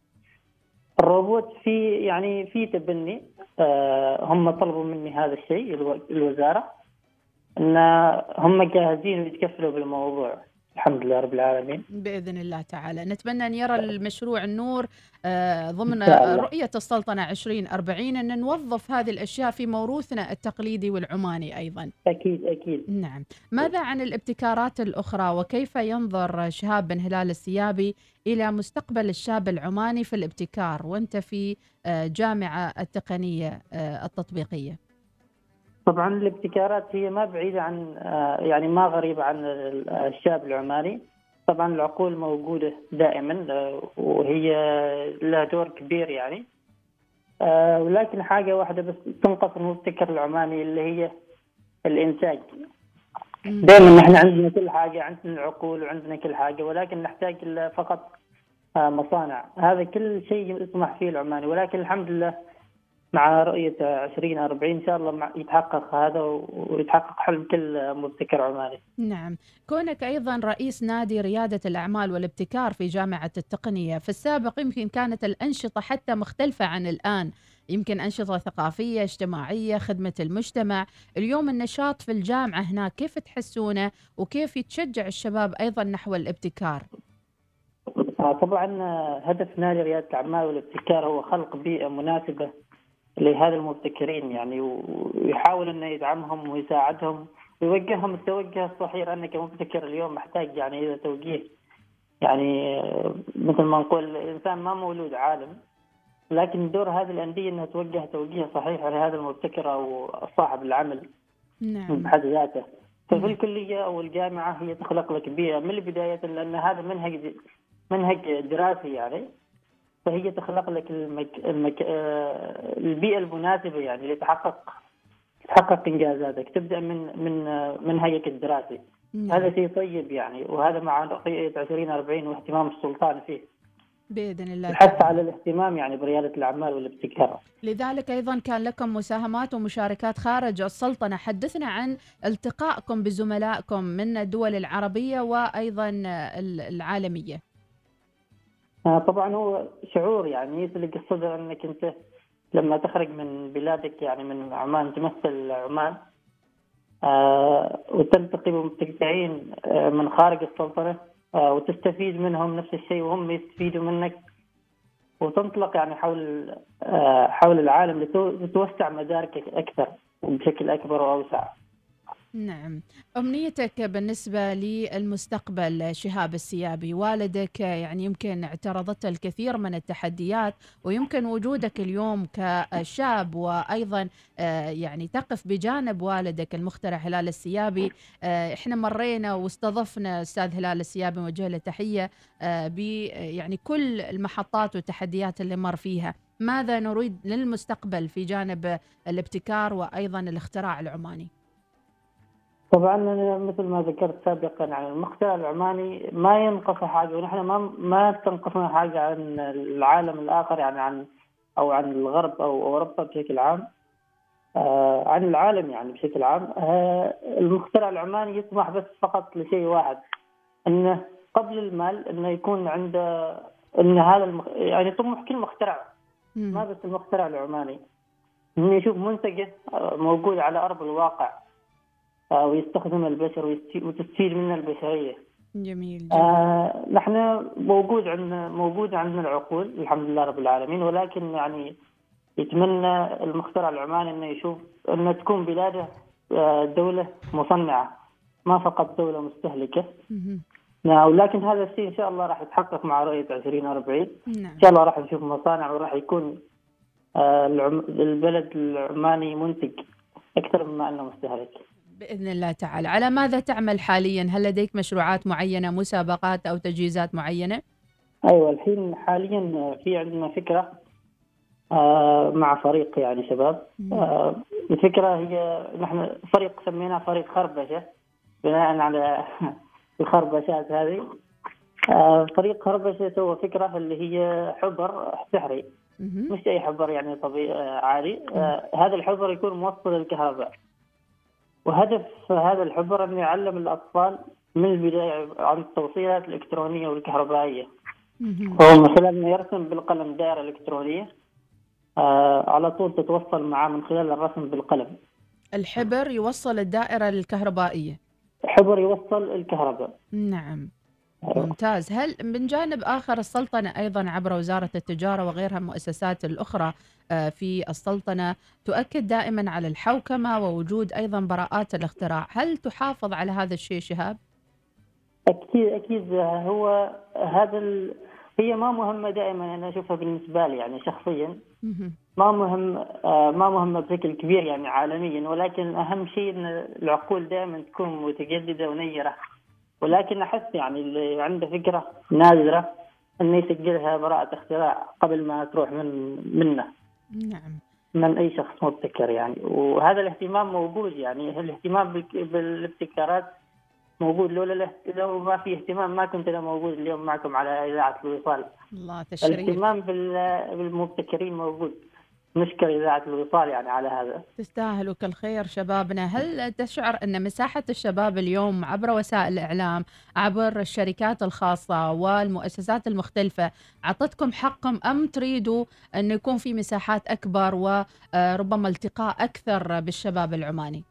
الروبوت في تبني. هم طلبوا مني هذا الشيء الوزارة، أن هم جاهزين ويتكفلوا بالموضوع. الحمد لله رب العالمين. بإذن الله تعالى نتمنى أن يرى المشروع النور ضمن رؤية السلطنة 2040، أن نوظف هذه الأشياء في موروثنا التقليدي والعماني أيضا. أكيد. نعم. ماذا عن الابتكارات الأخرى، وكيف ينظر شهاب بن هلال الثيابي إلى مستقبل الشاب العماني في الابتكار وأنت في جامعة التقنية التطبيقية؟ طبعا الابتكارات هي ما بعيدة عن يعني ما غريبة عن الشاب العماني. طبعا العقول موجودة دائما وهي لها دور كبير يعني، ولكن حاجة واحدة بس تنقص المبتكر العماني اللي هي الإنتاج. دائما نحن عندنا كل حاجة، عندنا العقول وعندنا كل حاجة، ولكن نحتاج فقط مصانع. هذا كل شيء يطمح فيه العماني، ولكن الحمد لله مع رؤية 2040 إن شاء الله يتحقق هذا ويتحقق حلم كل مبتكر عماني. نعم. كونك أيضا رئيس نادي ريادة الأعمال والابتكار في جامعة التقنية، في السابق يمكن كانت الأنشطة حتى مختلفة عن الآن، يمكن أنشطة ثقافية اجتماعية خدمة المجتمع. اليوم النشاط في الجامعة هناك كيف تحسونه وكيف يتشجع الشباب أيضا نحو الابتكار؟ طبعا هدف نادي ريادة الأعمال والابتكار هو خلق بيئة مناسبة لهذا المبتكرين يعني، ويحاول انه يدعمهم ويساعدهم ويوجههم التوجه الصحيح. انك كمبتكر اليوم محتاج يعني الى توجيه، يعني مثل ما نقول الانسان ما مولود عالم، لكن دور هذه الانديه انها توجه توجيه صحيح لهذا المبتكر او صاحب العمل. نعم. بحد ذاته. ففي الكليه او الجامعه هي تخلق لك بيئه من البدايه، لان هذا منهج دراسي يعني، فهي تخلق لك البيئة المناسبة يعني لتحقق إنجازاتك. تبدأ من منهجك الدراسي. هذا شيء طيب يعني، وهذا مع رؤية 2040 واهتمام السلطان فيه. بإذن الله الحث على الاهتمام يعني بريادة الأعمال والابتكار. لذلك أيضا كان لكم مساهمات ومشاركات خارج السلطنة. حدثنا عن التقائكم بزملائكم من الدول العربية وأيضا العالمية. طبعا هو شعور يعني يسلق الصدر أنك أنت لما تخرج من بلادك يعني من عمان تمثل عمان وتلتقي بمبتكرين من خارج السلطنة وتستفيد منهم نفس الشيء وهم يستفيدوا منك، وتنطلق يعني حول العالم لتوسع مداركك أكثر وبشكل أكبر وأوسع. نعم. أمنيتك بالنسبة للمستقبل شهاب السيابي، والدك يعني يمكن اعترضت الكثير من التحديات، ويمكن وجودك اليوم كشاب وأيضا يعني تقف بجانب والدك المخترع هلال السيابي. احنا مرينا واستضفنا أستاذ هلال السيابي، وجه له تحية يعني كل المحطات والتحديات اللي مر فيها. ماذا نريد للمستقبل في جانب الابتكار وأيضا الاختراع العماني؟ طبعا مثل ما ذكرت سابقا عن المخترع العماني ما ينقص حاجه، ونحن ما تنقصنا حاجه عن العالم الاخر يعني عن الغرب او اوروبا بشكل عام، عن العالم يعني بشكل عام. المخترع العماني يطمح بس فقط لشيء واحد، انه قبل المال انه يكون عنده ان هذا يعني طموح كل مخترع ما بس المخترع العماني، انه يشوف منتجه موجود على ارض الواقع ويستخدم البشر وتستفيد منه البشرية. جميل. نحن موجود عندنا العقول الحمد لله رب العالمين، ولكن يعني يتمنى المخترع العماني انه يشوف انه تكون بلاده دولة مصنعة ما فقط دولة مستهلكة. ولكن هذا الشيء ان شاء الله راح يتحقق مع رؤية 2040. ان شاء الله راح نشوف مصانع وراح يكون البلد العماني منتج اكثر مما انه مستهلك بإذن الله تعالى. على ماذا تعمل حاليا؟ هل لديك مشروعات معينة، مسابقات أو تجهيزات معينة؟ أيوة، الحين حاليا في عندنا فكرة مع فريق يعني شباب. الفكرة هي نحن فريق سميناه فريق خربشة بناء على الخربشات هذه. فريق خربشة سوى فكرة اللي هي حبر سحري، مش أي حبر يعني طبيعي عادي. هذا الحبر يكون موصل للكهرباء، وهدف هذا الحبر أن يعلم الأطفال من البداية عن التوصيلات الإلكترونية والكهربائية. هو من خلال أنه يرسم بالقلم دائرة إلكترونية على طول تتوصل معه من خلال الرسم بالقلم. الحبر يوصل الدائرة الكهربائية. حبر يوصل الكهرباء. نعم. ممتاز. هل من جانب آخر السلطنة أيضا عبر وزارة التجارة وغيرها المؤسسات الأخرى في السلطنة تؤكد دائما على الحوكمة ووجود أيضا براءات الاختراع، هل تحافظ على هذا الشيء شهاب؟ أكيد هو هي ما مهمة دائما. أنا أشوفها بالنسبة لي يعني شخصيا ما مهمة بشكل كبير يعني عالميا، ولكن أهم شيء أن العقول دائما تكون متجددة ونيرة. ولكن أحس يعني اللي عنده فكرة نادرة أنه يسجلها براءة اختراع قبل ما تروح منه. نعم. من أي شخص مبتكر يعني، وهذا الاهتمام موجود. يعني الاهتمام بالابتكارات موجود، لو ما في اهتمام ما كنت أنا موجود اليوم معكم على إذاعة الوصال. الله تشريف. الاهتمام بالمبتكرين موجود. نشكر إذاعة الوصال يعني على هذا. تستاهلوا كل خير شبابنا. هل تشعر أن مساحة الشباب اليوم عبر وسائل الإعلام، عبر الشركات الخاصة والمؤسسات المختلفة أعطتكم حقكم، أم تريدوا أن يكون في مساحات أكبر وربما التقاء أكثر بالشباب العماني؟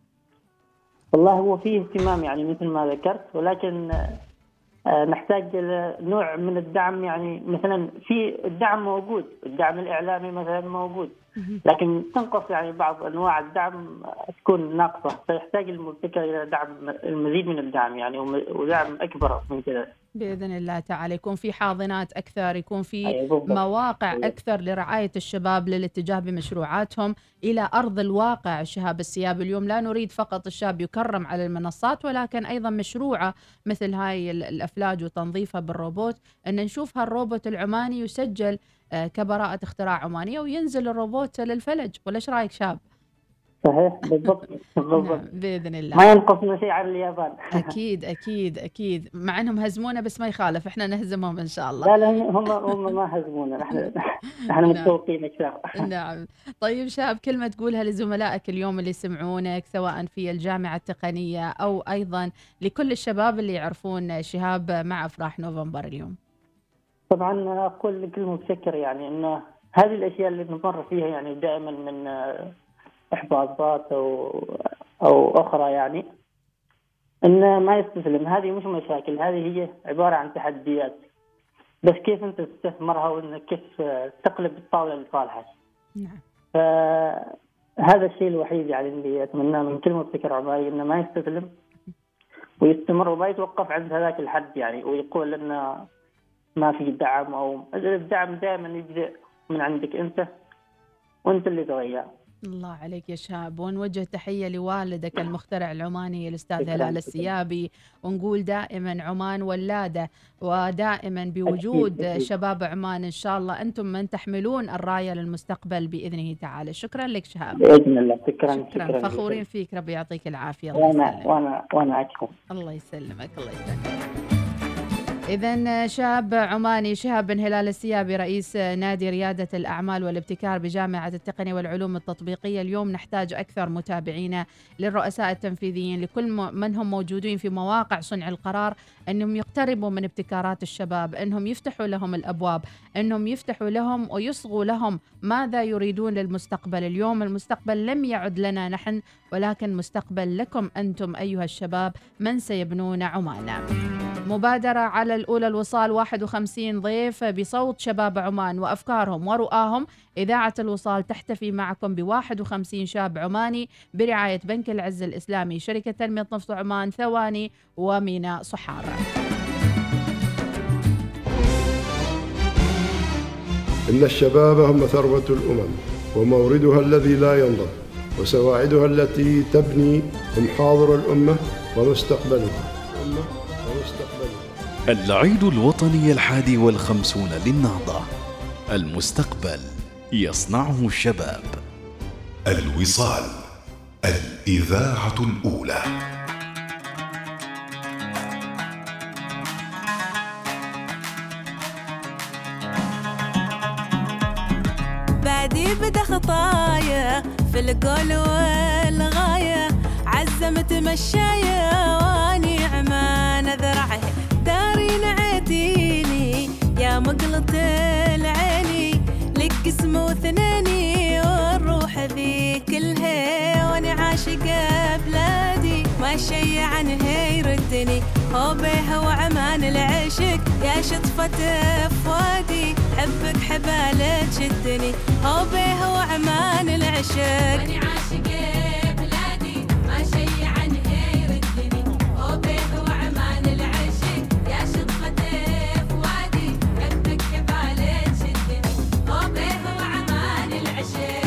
والله هو فيه اهتمام يعني مثل ما ذكرت، ولكن نحتاج نوع من الدعم. يعني مثلا في الدعم موجود، الدعم الإعلامي مثلا موجود، لكن تنقص يعني بعض أنواع الدعم تكون ناقصة، فيحتاج المبتكر إلى دعم، المزيد من الدعم يعني، ودعم أكبر من كذا. بإذن الله تعالى يكون في حاضنات أكثر، يكون في مواقع أكثر لرعاية الشباب للاتجاه بمشروعاتهم إلى أرض الواقع. شهاب السيابي اليوم لا نريد فقط الشاب يكرم على المنصات، ولكن أيضا مشروعة مثل هاي الأفلاج وتنظيفها بالروبوت، أن نشوف هالروبوت العماني يسجل كبراءة اختراع عمانية وينزل الروبوت للفلج. ولا إيش رأيك شاب؟ صحيح بالضبط. بإذن الله ما ينقصنا شيء عن اليابان. أكيد أكيد أكيد، مع أنهم هزمونا بس ما يخالف، إحنا نهزمهم إن شاء الله. لا هم ما هزمونا، نحن متفوقين إن شاء الله. نعم. طيب شاب، كلمة تقولها لزملائك اليوم اللي يسمعونك سواء في الجامعة التقنية أو أيضا لكل الشباب اللي يعرفون شهاب مع أفراح نوفمبر اليوم. طبعا أقول لكل مبتكر يعني إنه هذه الأشياء اللي نمر فيها يعني دائما من إحباطات أو أخرى، يعني إنه ما يستسلم. هذه مش مشاكل، هذه هي عبارة عن تحديات، بس كيف أنت تستثمرها وإنك كيف تقلب الطاولة لصالحك. نعم. فهذا الشيء الوحيد يعني اللي أتمناه من كل مبتكر عماني، إنه ما يستسلم ويستمر وما يتوقف عند هذاك الحد يعني، ويقول إنه ما في دعم، أو الدعم دائما يبدأ من عندك أنت وأنت اللي تغير. الله عليك يا شاب، ونوجه تحية لوالدك المخترع العماني الأستاذ هلال السيابي، ونقول دائما عمان ولادة، ودائما بوجود شباب عمان إن شاء الله أنتم من تحملون الراية للمستقبل بإذنه تعالى. شكرا لك شهاب. بإذن الله. شكرا. فخورين فيك، ربي يعطيك العافية. وأنا أكثر. الله يسلمك. الله يسلمك. إذن شاب عماني شهاب بن هلال السيابي رئيس نادي ريادة الأعمال والابتكار بجامعة التقنية والعلوم التطبيقية. اليوم نحتاج أكثر متابعين للرؤساء التنفيذيين، لكل من هم موجودين في مواقع صنع القرار، أنهم يقتربوا من ابتكارات الشباب، أنهم يفتحوا لهم الأبواب، أنهم يفتحوا لهم ويصغوا لهم ماذا يريدون للمستقبل. اليوم المستقبل لم يعد لنا نحن، ولكن مستقبل لكم أنتم أيها الشباب من سيبنون عمان. مبادرة على الأولى الوصال، 51 ضيف بصوت شباب عمان وأفكارهم ورؤاهم. إذاعة الوصال تحتفي معكم ب51 شاب عماني برعاية بنك العز الإسلامي، شركة تنمية نفط عمان، ثواني، وميناء صحار. إن الشباب هم ثروة الأمم وموردها الذي لا ينضب، وسواعدها التي تبني هم حاضر الأمة ومستقبلها. العيد الوطني 51 للنهضة، المستقبل يصنعه الشباب. الوصال، الإذاعة الأولى. بعدي بدا خطايا في القول والغاية، عزمت مشايا واني عمان ذرعه، دارين عديني يا مقلة العيني، لك اسم وثناني والروح ذي كلها، وانا عاشقة بلادي ما شي عنها يردني، هو بيها وعمان العشق يا شطفة فؤادي، حبك حبالة تشدني، هو بيها وعمان العشق، وانا عاشقة بلادي ما شي عنها يردني، هو بيها وعمان العشق يا شطفة فؤادي، حبك حبالة تشدني، هو بيها وعمان العشق.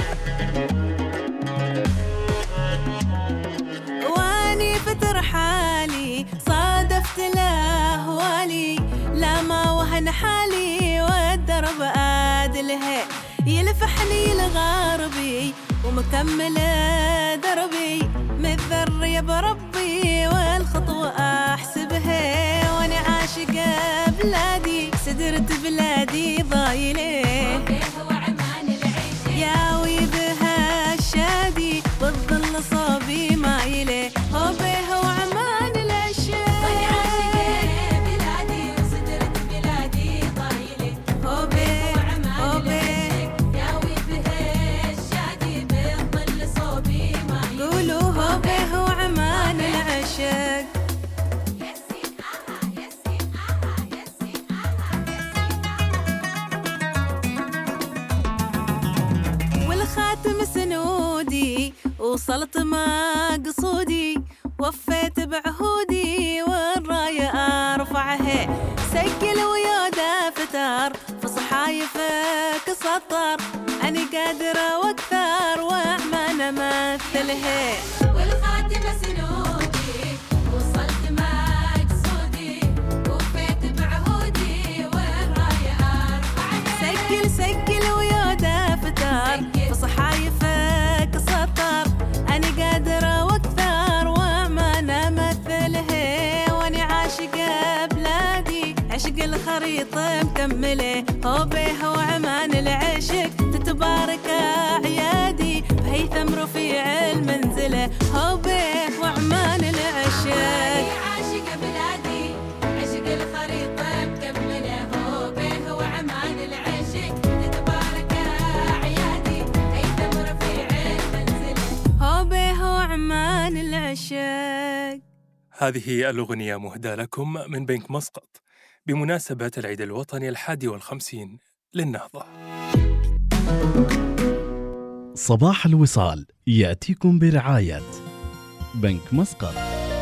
واني فتر حالي صادفت الاهوالي، لا ما وهن حالي والدرب ادلها، يلفحني الغربي ومكمل دربي، متذر يا بربي والخطوة احسبها، وانا عاشقة بلادي سدرت بلادي ضايله، يا ويبها الشادي والظل صوبي مايله، هو بيها وعمان العشاق، وانا عاشقة بلادي وسدرت بلادي ضايله، هو بيها وعمان العشاق، يا ويبها الشادي بالظل صوبي مايله، قولوا هو بيها وعمان العشاق. والخاتم سنودي وصلت ما قصودي، وفيت بعهودي والراية ارفعها، سجل ويا دفتر في صحايفك سطر، انا قادرة واكثر وعمان امثلها، والخاتم سنودي وصلت ما قصودي، وفيت بعهودي والراية ارفعها، سجل ويا دفتر في صحايفك سطر، عشق الخريطة مكملة هو بيه وعمان العشق تتبارك أعيادي بهيثم رفيع المنزلة هو بيه وعمان العشق عاشق بلادي عشق الخريطة مكملة هو بيه وعمان العشق تتبارك أعيادي هيثم رفيع المنزلة هو بيه وعمان العشق. هذه الأغنية مهداة لكم من بنك مسقط بمناسبة العيد الوطني 51 للنهضة. صباح الوصال يأتيكم برعاية بنك مسقط.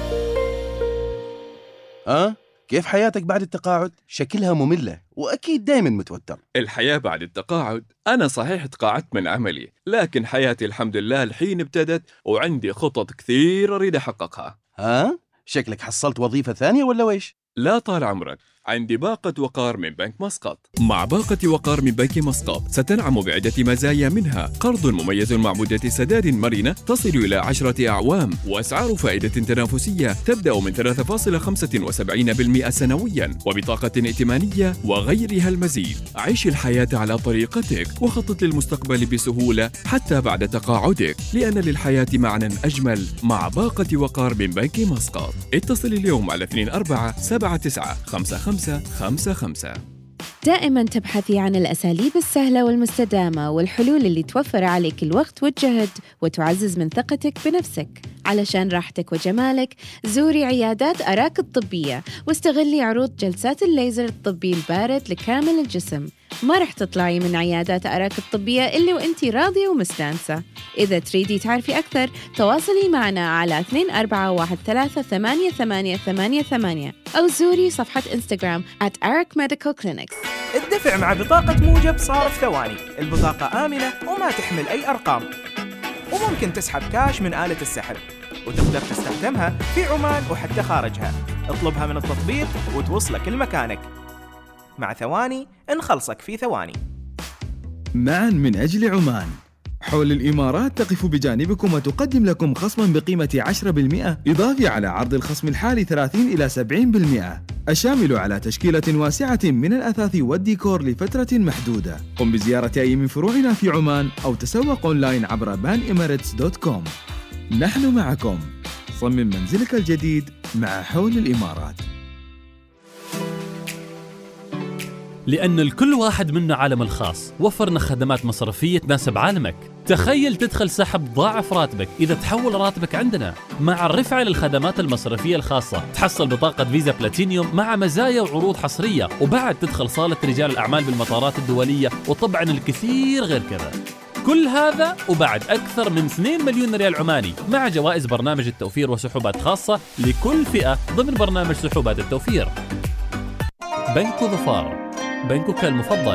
كيف حياتك بعد التقاعد؟ شكلها مملة وأكيد دايما متوتر. الحياة بعد التقاعد، أنا صحيح تقاعدت من عملي، لكن حياتي الحمد لله الحين ابتدت وعندي خطط كثير أريد أحققها. شكلك حصلت وظيفة ثانية ولا ويش؟ لا طال عمرك، عندي باقة وقار من بنك مسقط. مع باقة وقار من بنك مسقط ستنعم بعدة مزايا، منها قرض مميز مع مدة سداد مرنة تصل إلى 10 أعوام، وأسعار فائدة تنافسية تبدأ من 3.75% سنويا، وبطاقة ائتمانية وغيرها المزيد. عيش الحياة على طريقتك وخطط للمستقبل بسهولة حتى بعد تقاعدك، لأن للحياة معنى أجمل مع باقة وقار من بنك مسقط. اتصل اليوم على 24795555. دائما تبحثي عن الأساليب السهلة والمستدامة والحلول اللي توفر عليك الوقت والجهد وتعزز من ثقتك بنفسك. علشان راحتك وجمالك زوري عيادات أراك الطبية واستغلي عروض جلسات الليزر الطبي البارد لكامل الجسم. ما رح تطلعي من عيادات أراك الطبية إلا وإنتي راضية ومستانسة. إذا تريدي تعرفي أكثر تواصلي معنا على 24138888 أو زوري صفحة إنستغرام @ArakMedicalClinics. الدفع مع بطاقة موجب صار في ثواني. البطاقة آمنة وما تحمل أي أرقام، وممكن تسحب كاش من آلة السحب وتقدر تستخدمها في عمان وحتى خارجها. اطلبها من التطبيق وتوصلك لمكانك. مع ثواني نخلصك في ثواني. معا من أجل عمان. حول الإمارات تقف بجانبكم وتقدم لكم خصما بقيمة 10% إضافي على عرض الخصم الحالي 30 إلى 70%، الشامل على تشكيلة واسعة من الأثاث والديكور لفترة محدودة. قم بزيارة أي من فروعنا في عمان أو تسوق أونلاين عبر banemirates.com. نحن معكم. صمم منزلك الجديد مع حول الإمارات. لأن الكل واحد منا عالم الخاص، وفرنا خدمات مصرفية تناسب عالمك. تخيل تدخل سحب ضاعف راتبك إذا تحول راتبك عندنا. مع الرفعة للخدمات المصرفية الخاصة تحصل بطاقة فيزا بلاتينيوم مع مزايا وعروض حصرية، وبعد تدخل صالة رجال الأعمال بالمطارات الدولية، وطبعا الكثير غير كذا. كل هذا وبعد أكثر من 2 مليون ريال عماني مع جوائز برنامج التوفير وسحوبات خاصة لكل فئة ضمن برنامج سحوبات التوفير. بنك ظفار، بنكك المفضل.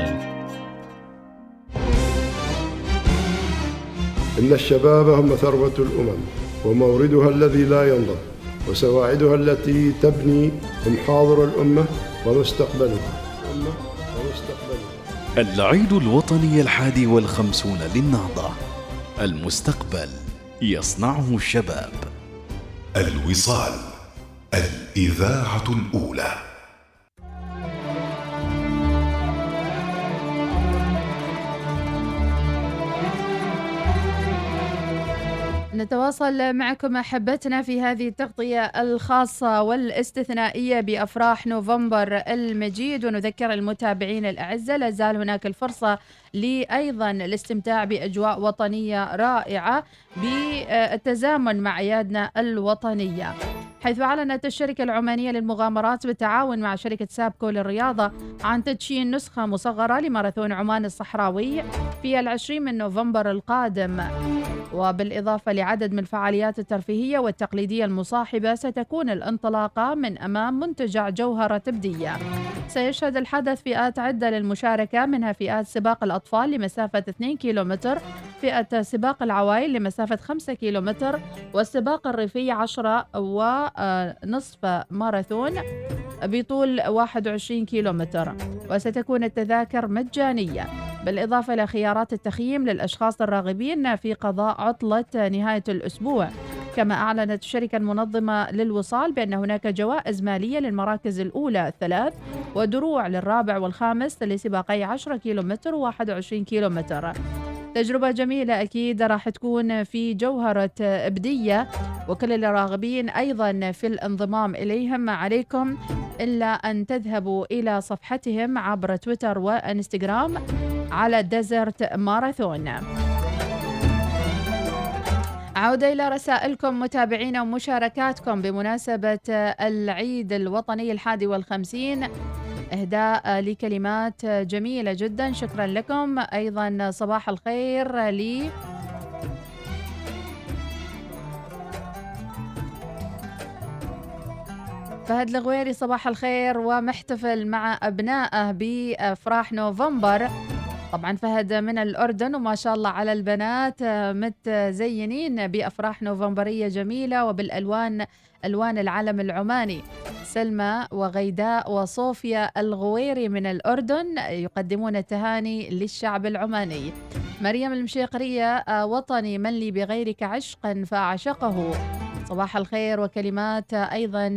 إن الشباب هم ثروة الأمم وموردها الذي لا ينضب، وسواعدها التي تبني هم حاضر الأمة ومستقبلها. العيد الوطني 51 للنهضة. المستقبل يصنعه الشباب. الوصال، الإذاعة الأولى. نتواصل معكم أحبتنا في هذه التغطية الخاصة والاستثنائية بأفراح نوفمبر المجيد، ونذكر المتابعين الأعزاء لا زال هناك الفرصة أيضا الاستمتاع بأجواء وطنية رائعة بالتزامن مع أعيادنا الوطنية، حيث أعلنت الشركة العمانية للمغامرات بالتعاون مع شركة سابكو للرياضة عن تدشين نسخة مصغرة لماراثون عمان الصحراوي في 20 من نوفمبر القادم. وبالإضافة لعدد من الفعاليات الترفيهية والتقليدية المصاحبة، ستكون الانطلاقة من أمام منتجع جوهرة تبدية. سيشهد الحدث فئات عدة للمشاركة، منها فئات سباق الأطفال لمسافة 2 كيلومتر، فئة سباق العوائل لمسافة 5 كيلومتر، والسباق الريفي 10 ونصف ماراثون بطول 21 كيلومتر، وستكون التذاكر مجانية، بالإضافة إلى خيارات التخييم للأشخاص الراغبين في قضاء عطلة نهاية الأسبوع. كما أعلنت الشركة المنظمة للوصال بأن هناك جوائز مالية للمراكز الأولى 3 ودروع للرابع والخامس لسباقي 10 كيلومتر و21 كيلومتر. تجربة جميلة أكيد راح تكون في جوهرة إبدية، وكل اللي راغبين أيضا في الانضمام إليهم ما عليكم إلا أن تذهبوا إلى صفحتهم عبر تويتر وإنستغرام على ديزرت ماراثون. عودة إلى رسائلكم متابعينا ومشاركاتكم بمناسبة العيد الوطني 51، إهداء لكلمات جميلة جدا، شكرا لكم. أيضا صباح الخير لي فهد الغويري، صباح الخير، ومحتفل مع أبنائه بأفراح نوفمبر. طبعا فهد من الأردن وما شاء الله على البنات متزينين بأفراح نوفمبرية جميلة وبالألوان، ألوان العلم العماني. سلمى وغيداء وصوفيا الغويري من الأردن يقدمون التهاني للشعب العماني. مريم المشيقرية، وطني من لي بغيرك عشقا فأعشقه، صباح الخير، وكلمات أيضا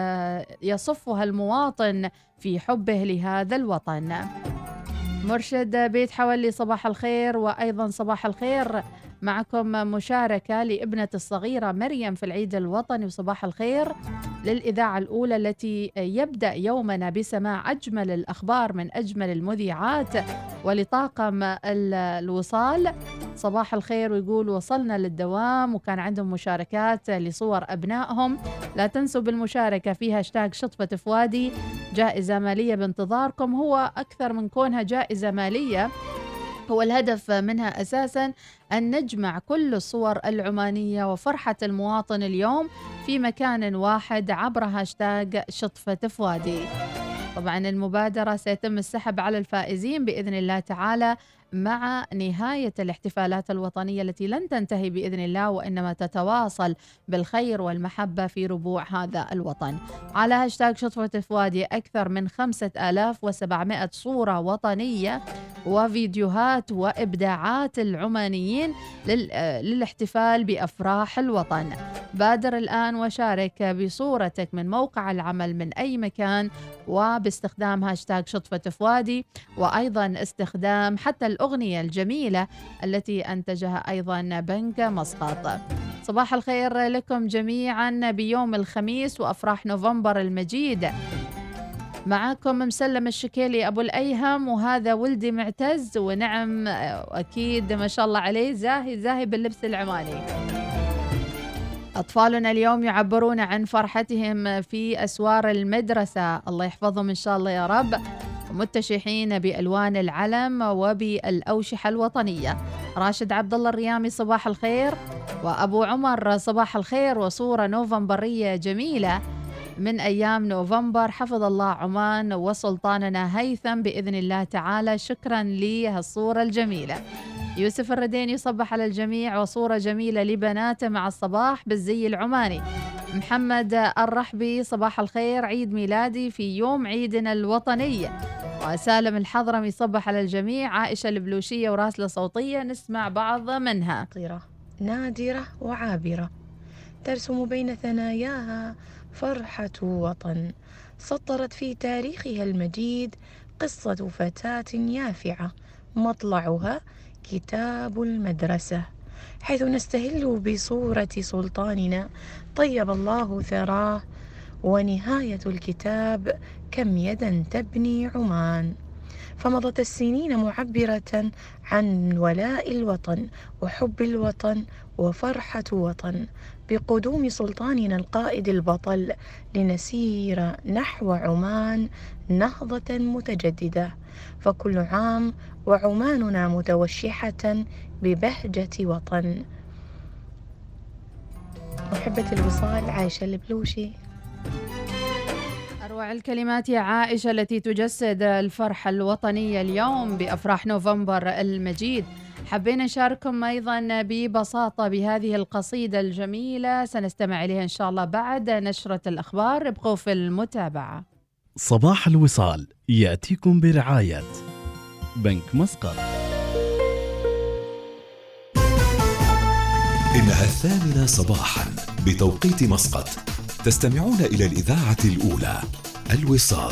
يصفها المواطن في حبه لهذا الوطن. مرشد بيت حولي، صباح الخير، وأيضا صباح الخير معكم مشاركة لابنة الصغيرة مريم في العيد الوطني، وصباح الخير للإذاعة الأولى التي يبدأ يومنا بسماع أجمل الأخبار من أجمل المذيعات، ولطاقم الوصال صباح الخير، ويقول وصلنا للدوام وكان عندهم مشاركات لصور أبنائهم، لا تنسوا بالمشاركة في هاشتاج شطفة فؤادي، جائزة مالية بانتظاركم. هو أكثر من كونها جائزة مالية، هو الهدف منها أساساً أن نجمع كل الصور العمانية وفرحة المواطن اليوم في مكان واحد عبر هاشتاج شطفة فؤادي. طبعاً المبادرة سيتم السحب على الفائزين بإذن الله تعالى مع نهاية الاحتفالات الوطنية التي لن تنتهي بإذن الله، وإنما تتواصل بالخير والمحبة في ربوع هذا الوطن. على هاشتاج شطفة فؤادي أكثر من 5700 صورة وطنية وفيديوهات وإبداعات العمانيين للاحتفال بأفراح الوطن. بادر الآن وشارك بصورتك من موقع العمل من أي مكان، وباستخدام هاشتاج شطفة فؤادي، وأيضا استخدام حتى الأغنية الجميلة التي أنتجها أيضا بنك مسقط. صباح الخير لكم جميعا بيوم الخميس وأفراح نوفمبر المجيد. معكم مسلم الشكيلي أبو الأيهم، وهذا ولدي معتز، ونعم أكيد ما شاء الله عليه زاهي باللبس العماني. أطفالنا اليوم يعبرون عن فرحتهم في أسوار المدرسة، الله يحفظهم إن شاء الله يا رب، متشحين بألوان العلم وبالأوشحة الوطنية. راشد عبد الله الريامي، صباح الخير، وأبو عمر صباح الخير، وصورة نوفمبرية جميلة من أيام نوفمبر، حفظ الله عمان وسلطاننا هيثم بإذن الله تعالى، شكرا لهالصورة الجميلة. يوسف الردين يصبح على الجميع، وصورة جميلة لبناته مع الصباح بالزي العماني. محمد الرحبي، صباح الخير، عيد ميلادي في يوم عيدنا الوطني. وسالم الحضرمي يصبح على الجميع. عائشة البلوشية وراسلة صوتية نسمع بعض منها. نادرة وعابرة ترسم بين ثناياها فرحة وطن، سطرت في تاريخها المجيد قصة فتاة يافعة، مطلعها كتاب المدرسة، حيث نستهل بصورة سلطاننا طيب الله ثراه، ونهاية الكتاب كم يدا تبني عمان. فمضت السنين معبرة عن ولاء الوطن وحب الوطن وفرحة وطن، بقدوم سلطاننا القائد البطل لنسير نحو عمان نهضة متجددة. فكل عام وعماننا متوشحة ببهجة وطن. محبة الوصال، عائشة البلوشي. أروع الكلمات يا عائشة التي تجسد الفرحة الوطنية اليوم بأفراح نوفمبر المجيد. حبينا نشارككم أيضا ببساطة بهذه القصيدة الجميلة، سنستمع إليها إن شاء الله بعد نشرة الأخبار، ابقوا في المتابعة. صباح الوصال يأتيكم برعاية بنك مسقط. إنها 8 صباحا بتوقيت مسقط. تستمعون إلى الإذاعة الأولى الوصال.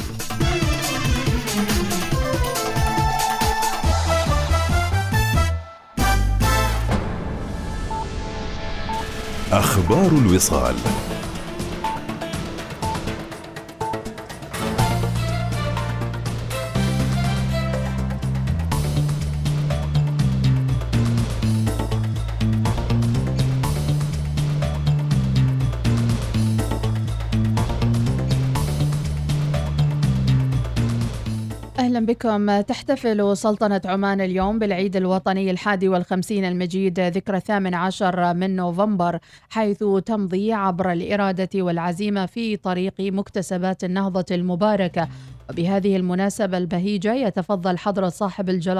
أخبار الوصال. أهلا بكم. تحتفل سلطنة عمان اليوم بالعيد الوطني 51 المجيد ذكرى 18 من نوفمبر، حيث تمضي عبر الإرادة والعزيمة في طريق مكتسبات النهضة المباركة. وبهذه المناسبة البهيجة يتفضل حضرة صاحب الجلالة